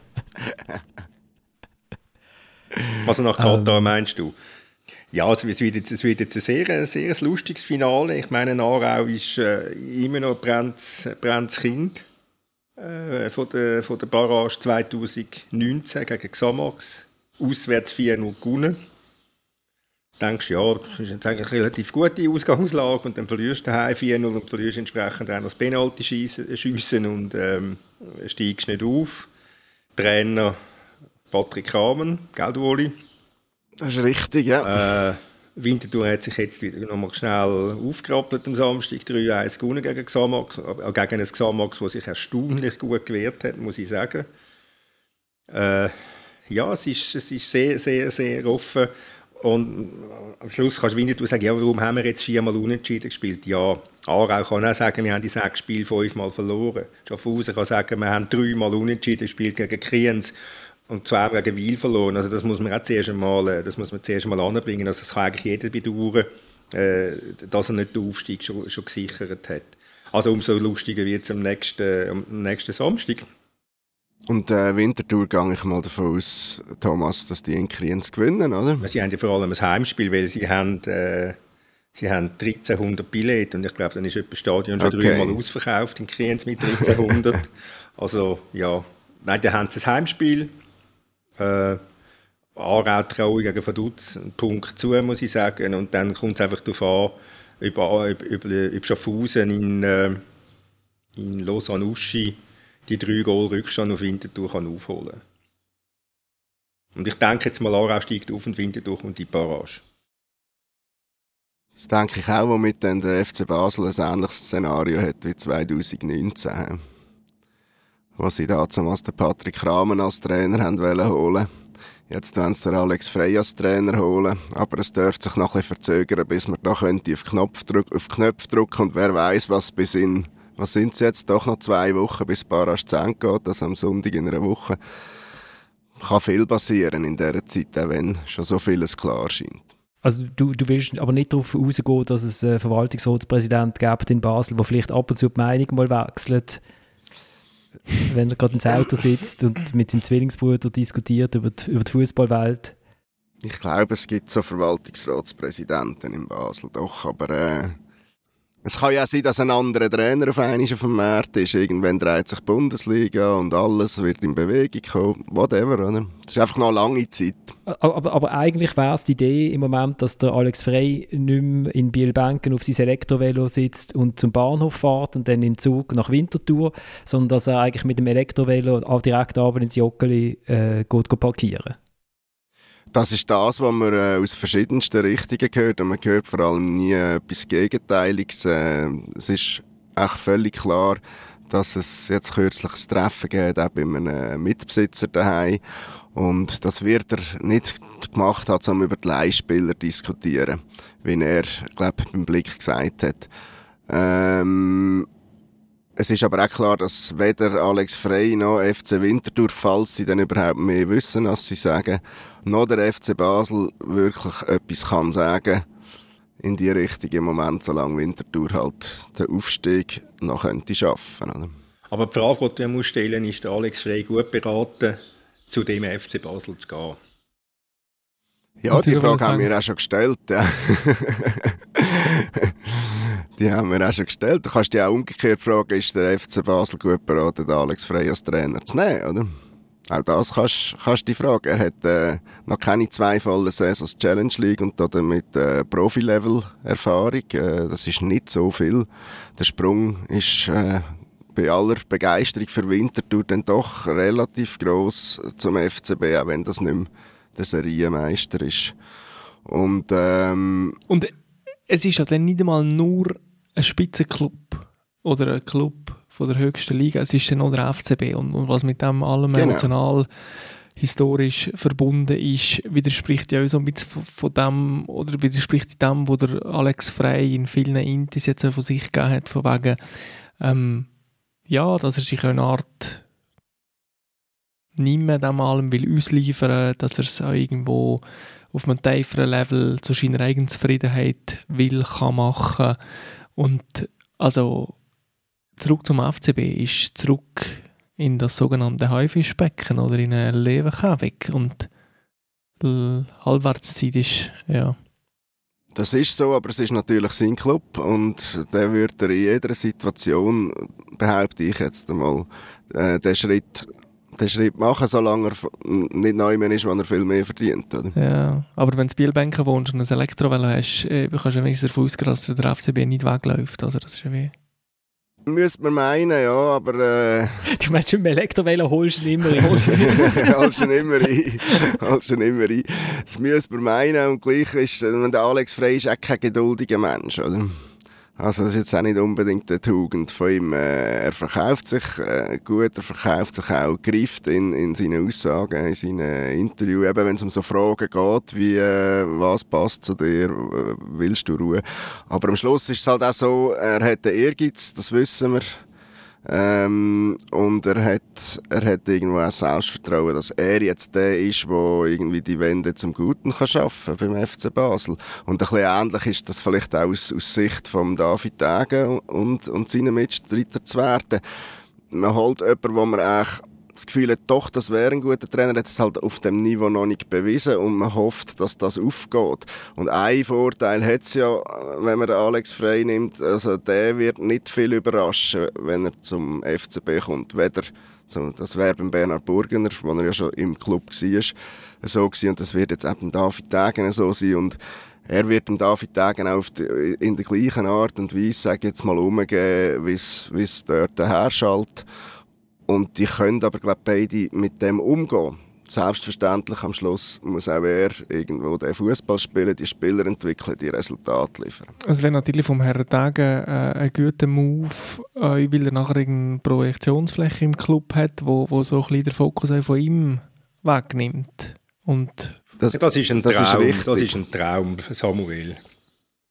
Also nach Katar um. meinst du? Ja, also es wird jetzt, es wird jetzt ein sehr, ein sehr lustiges Finale. Ich meine, Aarau ist äh, immer noch ein brennendes, brennendes Kind äh, von, der, von der Barrage zwanzig neunzehn gegen Xamax. Auswärts vier null gewonnen. Du denkst, ja, das ist jetzt eigentlich eine relativ gute Ausgangslage, und dann verlierst du daheim vier null und verlierst entsprechend auch noch das Penalty schiessen und ähm, steigst nicht auf. Trainer Patrick Rahmen, gell, Ueli? Das ist richtig, ja. Äh, Winterthur hat sich jetzt wieder nochmal schnell aufgerappelt am Samstag, drei eins gewonnen gegen Xamax, äh, gegen ein Xamax, das sich erstaunlich gut gewehrt hat, muss ich sagen. Äh, ja, es ist, es ist sehr, sehr, sehr offen. Und am Schluss kannst du Winterthur sagen, ja, warum haben wir jetzt viermal unentschieden gespielt? Ja, Aarau kann auch sagen, wir haben die sechs Spiele fünfmal verloren. Schaffhausen kann sagen, wir haben dreimal unentschieden gespielt gegen Kriens und zweimal gegen Wil verloren. Also das muss man auch zuerst einmal, das muss man zuerst einmal anbringen. Also das kann eigentlich jeder bedauern, äh, dass er nicht den Aufstieg schon, schon gesichert hat. Also umso lustiger wird es am nächsten, am nächsten Samstag. Und äh, Winterthur gehe ich mal davon aus, Thomas, dass die in Kriens gewinnen, oder? Sie haben ja vor allem ein Heimspiel, weil sie haben, äh, sie haben dreizehnhundert Billette, und ich glaube, dann ist das Stadion schon okay. dreimal ausverkauft in Kriens mit dreizehnhundert. Also ja, nein, dann haben sie ein Heimspiel. Äh, Aarau traue gegen Vaduz einen Punkt zu, muss ich sagen. Und dann kommt es einfach darauf an, über, über, über, über Schaffhausen in, äh, in Lausanne-Uschi die drei Goal Rückstand auf Winterthur kann aufholen. Und ich denke jetzt mal, Aarau steigt auf und Winterthur kommt die Barrage. Das denke ich auch, womit dann der F C Basel ein ähnliches Szenario hat wie zwanzig neunzehn. Wo sie damals den Patrick Rahmen als Trainer haben wollen holen. Jetzt wollen sie den Alex Frey als Trainer holen. Aber es dürfte sich noch ein bisschen verzögern, bis man da könnte auf Knopf drücken, auf Knöpfe drücken, und wer weiß, was bis in Was sind es jetzt? Doch noch zwei Wochen, bis Barrage zu Ende geht, also am Sonntag in einer Woche. kann viel passieren in dieser Zeit, auch wenn schon so vieles klar scheint. Also du, du willst aber nicht darauf rausgehen, dass es einen Verwaltungsratspräsident gibt in Basel, der vielleicht ab und zu die Meinung mal wechselt, wenn er gerade ins Auto sitzt und mit seinem Zwillingsbruder diskutiert über die, über die Fußballwelt? Ich glaube, es gibt so Verwaltungsratspräsidenten in Basel, doch, aber äh, es kann ja auch sein, dass ein anderer Trainer auf einmal auf dem Markt ist. Irgendwann dreht sich die Bundesliga und alles wird in Bewegung kommen, whatever, oder? Das ist einfach noch eine lange Zeit. Aber, aber, aber eigentlich wäre es die Idee im Moment, dass der Alex Frey nicht mehr in Biel-Benken auf sein Elektrovelo sitzt und zum Bahnhof fährt und dann in den Zug nach Winterthur, sondern dass er eigentlich mit dem Elektrovelo auch direkt abends ins Joggeli äh, geht, geht parkieren. Das ist das, was man äh, aus verschiedensten Richtungen hört. Und man hört vor allem nie äh, etwas Gegenteiliges. Äh, es ist echt völlig klar, dass es jetzt kürzlich ein Treffen gibt, auch bei einem Mitbesitzer daheim. Und das wird er nicht gemacht hat, um über die Leihspieler zu diskutieren, wie er, glaube ich, beim Blick gesagt hat. Ähm, Es ist aber auch klar, dass weder Alex Frey noch F C Winterthur, falls sie dann überhaupt mehr wissen, als sie sagen, noch der F C Basel wirklich etwas kann sagen in die Richtung im Moment, solange Winterthur halt den Aufstieg noch könnte schaffen, oder? Aber die Frage, die du mir stellen musst, ist der Alex Frey gut beraten, zu dem F C Basel zu gehen? Ja, die Frage haben wir auch schon gestellt. Ja. Die haben wir auch schon gestellt. Du kannst dich auch umgekehrt fragen, ist der F C Basel gut beraten, Alex Frey als Trainer zu nehmen, oder? Auch das kannst du die Frage. Er hat äh, noch keine zwei vollen Saisons Challenge League und damit äh, Profi-Level-Erfahrung. Äh, das ist nicht so viel. Der Sprung ist äh, bei aller Begeisterung für Winterthur dann doch relativ gross zum F C B, auch wenn das nicht mehr der Serienmeister ist. Und, ähm, und es ist ja dann nicht einmal nur ein Spitzenklub oder ein Club von der höchsten Liga, es ist dann auch der F C B und, und was mit dem allem genau. emotional historisch verbunden ist, widerspricht ja auch so ein bisschen von, von dem, oder widerspricht dem, wo der Alex Frey in vielen Intis jetzt von sich gegeben hat, von wegen ähm, ja, dass er sich eine Art nicht mehr dem allem will ausliefern, dass er es auch irgendwo auf einem tieferen Level zu seiner eigenen Zufriedenheit will, kann machen. Und also zurück zum F C B ist zurück in das sogenannte Haifischbecken oder in eine Leberkäfig. Und die Halbwertszeit ist, ja. Das ist so, aber es ist natürlich sein Club und der würde in jeder Situation, behaupte ich jetzt einmal, äh, den Schritt den Schritt machen, solange er nicht neu mehr ist, wo er viel mehr verdient. Oder? Ja, aber wenn du in Bielbenken wohnst und ein Elektrovelo hast, äh, kannst du ja wenigstens davon ausgehen, dass der F C B nicht wegläuft. Also das ist ja wie... Müsste man meinen, ja, aber... Äh, du meinst, mit dem Elektrovelo holst du ihn immer ein? holst du ihn immer ein. Holst ihn immer ein. Das müsste man meinen und gleich ist, der Alex Frey ist auch kein geduldiger Mensch, oder? Also das ist jetzt auch nicht unbedingt eine Tugend von ihm. Er verkauft sich äh, gut, er verkauft sich auch, greift in, in seinen Aussagen, in seinen Interviews, eben wenn es um so Fragen geht, wie äh, was passt zu dir, äh, willst du Ruhe? Aber am Schluss ist es halt auch so, er hat den Ehrgeiz, das wissen wir. Ähm, und er hat, er hat irgendwo auch Selbstvertrauen, dass er jetzt der ist, der irgendwie die Wende zum Guten kann schaffen beim F C Basel. Und ein bisschen ähnlich ist das vielleicht auch aus, aus Sicht von David Degen und, und seinen Mitstreitern zu werden. Man holt jemanden, wo man eigentlich das Gefühl hat, doch, das wäre ein guter Trainer, hat es halt auf dem Niveau noch nicht bewiesen und man hofft, dass das aufgeht. Und ein Vorteil hat es ja, wenn man den Alex Frey nimmt, also der wird nicht viel überraschen, wenn er zum F C B kommt. Weder, so, das wäre beim Bernhard Burgener, wo er ja schon im Club war, so gewesen, und das wird jetzt auch beim David Degen so sein. Und er wird dem David Degen auch auf die, in der gleichen Art und Weise, sage jetzt mal, umgehen, wie es dort herschaltet. Und die können aber, glaube ich, beide mit dem umgehen. Selbstverständlich am Schluss muss auch er irgendwo den Fußball spielen, die Spieler entwickeln, die Resultate liefern. Es wäre natürlich vom Herrn Degen äh, ein guter Move, äh, weil er nachher eine Projektionsfläche im Club hat, wo, wo so ein bisschen den Fokus auch von ihm wegnimmt. Und das, das ist ein das Traum, ist das ist ein Traum, Samuel.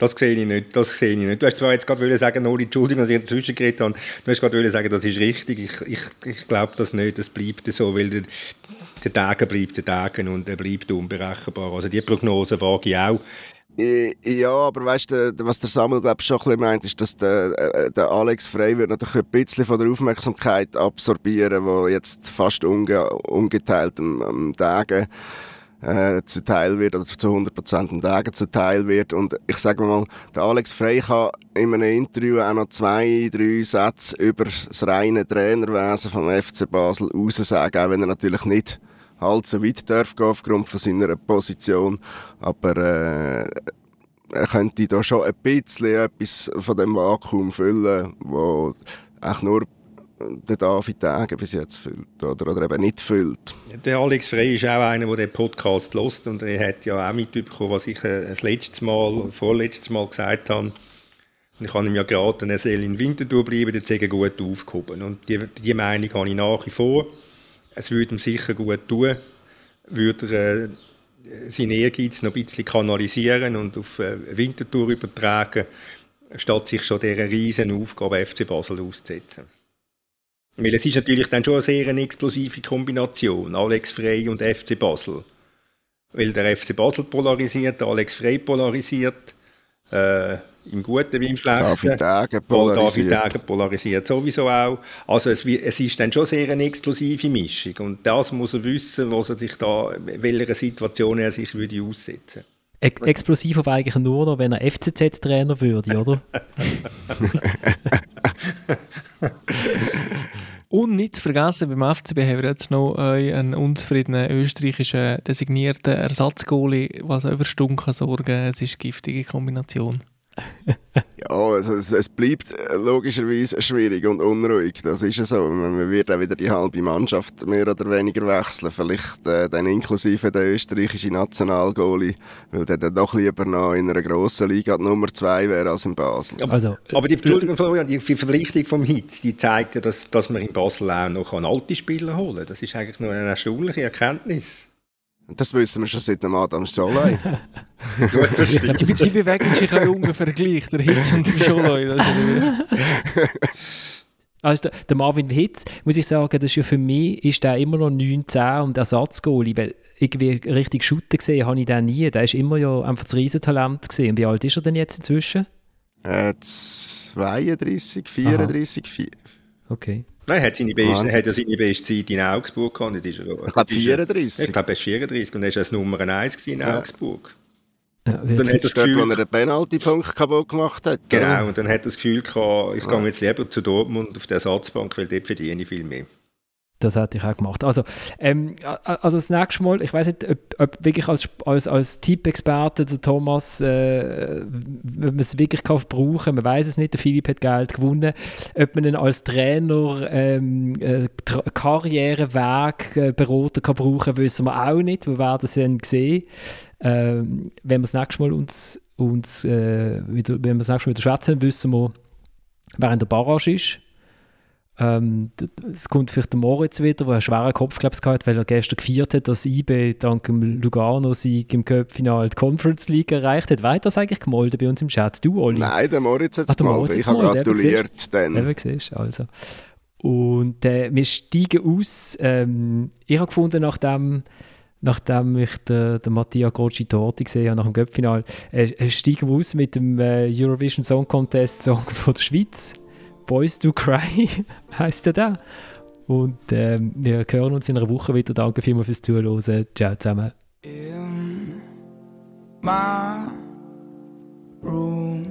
Das sehe ich nicht, das sehe ich nicht. Du hast zwar jetzt gerade sagen, Noli, Entschuldigung, dass ich dazwischen geredet habe, du hast gerade sagen, das ist richtig. Ich, ich, ich glaube das nicht, das bleibt so, weil der, der Degen bleibt der Degen und er bleibt unberechenbar. Also die Prognose wage ich auch. Ja, aber weißt du, was der Samuel glaub, schon ein bisschen meint, ist, dass der, der Alex Frey wird natürlich ein bisschen von der Aufmerksamkeit absorbieren, die jetzt fast unge, ungeteilt am, am Degen äh, zuteil wird, oder zu hundert Prozent am Degen zuteil wird. Und ich sage mal, der Alex Frey kann in einem Interview auch noch zwei, drei Sätze über das reine Trainerwesen vom F C Basel raussagen, auch wenn er natürlich nicht allzu weit darf gehen aufgrund von seiner Position, aber äh, er könnte da schon ein bisschen etwas von dem Vakuum füllen, wo auch nur der David Degen bis jetzt füllt oder, oder eben nicht füllt. Der Alex Frey ist auch einer, der den Podcast hört und er hat ja auch mitbekommen, was ich äh, das letzte Mal, vorletztes Mal gesagt habe. Und ich habe ihm ja geraten, er soll in Winterthur bleiben, dort sei er gut aufgehoben. Und die, die Meinung habe ich nach wie vor. Es würde ihm sicher gut tun, würde er äh, seinen Ehrgeiz noch ein bisschen kanalisieren und auf äh, Winterthur übertragen, statt sich schon dieser riesen Aufgabe F C Basel auszusetzen. Weil es ist natürlich dann schon eine sehr eine explosive Kombination, Alex Frey und F C Basel. Weil der F C Basel polarisiert, der Alex Frey polarisiert, äh, im Guten wie im Schlechten. David Degen polarisiert. David Degen polarisiert sowieso auch. Also es, es ist dann schon sehr eine explosive Mischung. Und das muss er wissen, was er sich da, in welcher Situation er sich würde aussetzen würde. Explosiv aber eigentlich nur noch, wenn er F C Z-Trainer würde, oder? Und nicht zu vergessen, beim F C B haben wir jetzt noch einen unzufriedenen österreichischen designierten Ersatzgoalie, was über Stunden kann sorgen. Es ist eine giftige Kombination. Ja, also es, es bleibt logischerweise schwierig und unruhig. Das ist ja so. Man wird auch wieder die halbe Mannschaft mehr oder weniger wechseln. Vielleicht äh, dann inklusive der österreichischen Nationalgoalie, weil der dann doch lieber noch in einer grossen Liga die Nummer zwei wäre als in Basel. Aber, also, aber die, Entschuldigung, Florian, die Verpflichtung vom Hitz, die zeigt ja, dass, dass man in Basel auch noch alte Spieler holen kann. Das ist eigentlich noch eine erstaunliche Erkenntnis. Das wissen wir schon seit dem Adam Scholey. die, die bewegen sich auch ungefähr gleich, der Hitz und der Scholey. Also der, der Marvin Hitz, muss ich sagen, das ist ja für mich ist der immer noch neunzehn und Ersatzgoalie, weil irgendwie richtig shooten gesehen habe ich den nie. Der ist immer ja einfach das Riesentalent gesehen. Und wie alt ist er denn jetzt inzwischen? Äh, zweiunddreissig, vierunddreissig, vier. Okay. Nein, er hat, seine beste, hat ja seine beste Zeit in Augsburg gehabt. Ist er, ich glaube vierunddreissig. Ich glaube, er ist vierunddreissig und er war als Nummer eins in ja. Augsburg. Ja, und dann hat das Gefühl, dort, wo er den Penalty-Punkt kaputt gemacht hat. Genau, oder? Und dann hat er das Gefühl gehabt, ich ja. gehe jetzt lieber zu Dortmund auf der Ersatzbank, weil dort verdiene ich viel mehr. Das hätte ich auch gemacht. Also, ähm, also das nächste Mal, ich weiß nicht, ob, ob wirklich als, als, als Tippexperte der Thomas, äh, wenn man es wirklich kann brauchen, man weiß es nicht, der Philipp hat Geld gewonnen, ob man ihn als Trainer ähm, äh, Tra- Karriereweg äh, Berater kann brauchen, wissen wir auch nicht, wir werden es dann sehen. Ähm, wenn wir das nächste Mal uns, uns äh, wieder, wenn wir das nächste Mal wieder schwätzen, wissen wir, wer in der Barrage ist. Ähm, es kommt vielleicht der Moritz wieder, der einen schweren Kopf glaub, gehabt, weil er gestern gefeiert hat, dass I B dank dem Lugano-Sieg im Cup-Final die Conference League erreicht hat. Wer hat das eigentlich gemolden bei uns im Chat? Du, Oli? Nein, der Moritz hat es gemolden. Ich habe gratuliert. Dann. Eben, siehst, also. Und äh, wir steigen aus. Ähm, ich habe gefunden, nachdem, nachdem ich den, den Mattia Groschi Torti gesehen habe, nach dem Cup-Final, äh, steigen wir aus mit dem äh, Eurovision Song Contest Song von der Schweiz. Boys Do Cry heisst ja da. Und ähm, wir hören uns in einer Woche wieder. Danke vielmals fürs Zuhören. Ciao zusammen. In my room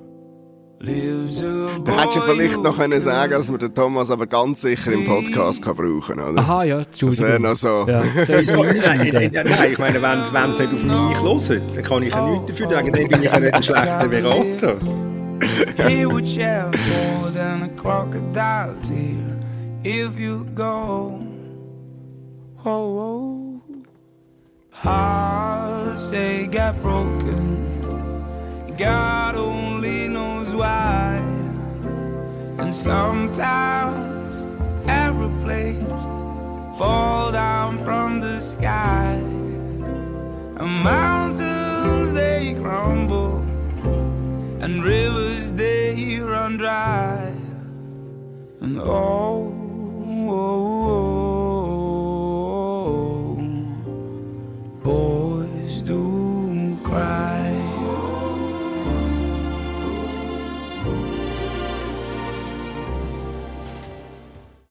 lives a da hättest du vielleicht noch können sagen, dass wir den Thomas aber ganz sicher im Podcast kann brauchen kann. Aha, ja, Entschuldigung. Das wäre noch so. Ja. nein, nein, ich meine, wenn sie nicht auf mich hören, dann kann ich ja nichts dafür sagen. Dann bin ich ja nicht ein schlechter Berater. He would shed more than a crocodile tear if you go. Oh, oh. Hearts they got broken, God only knows why. And sometimes aeroplanes fall down from the sky, and mountains they crumble and rivers they run dry, and all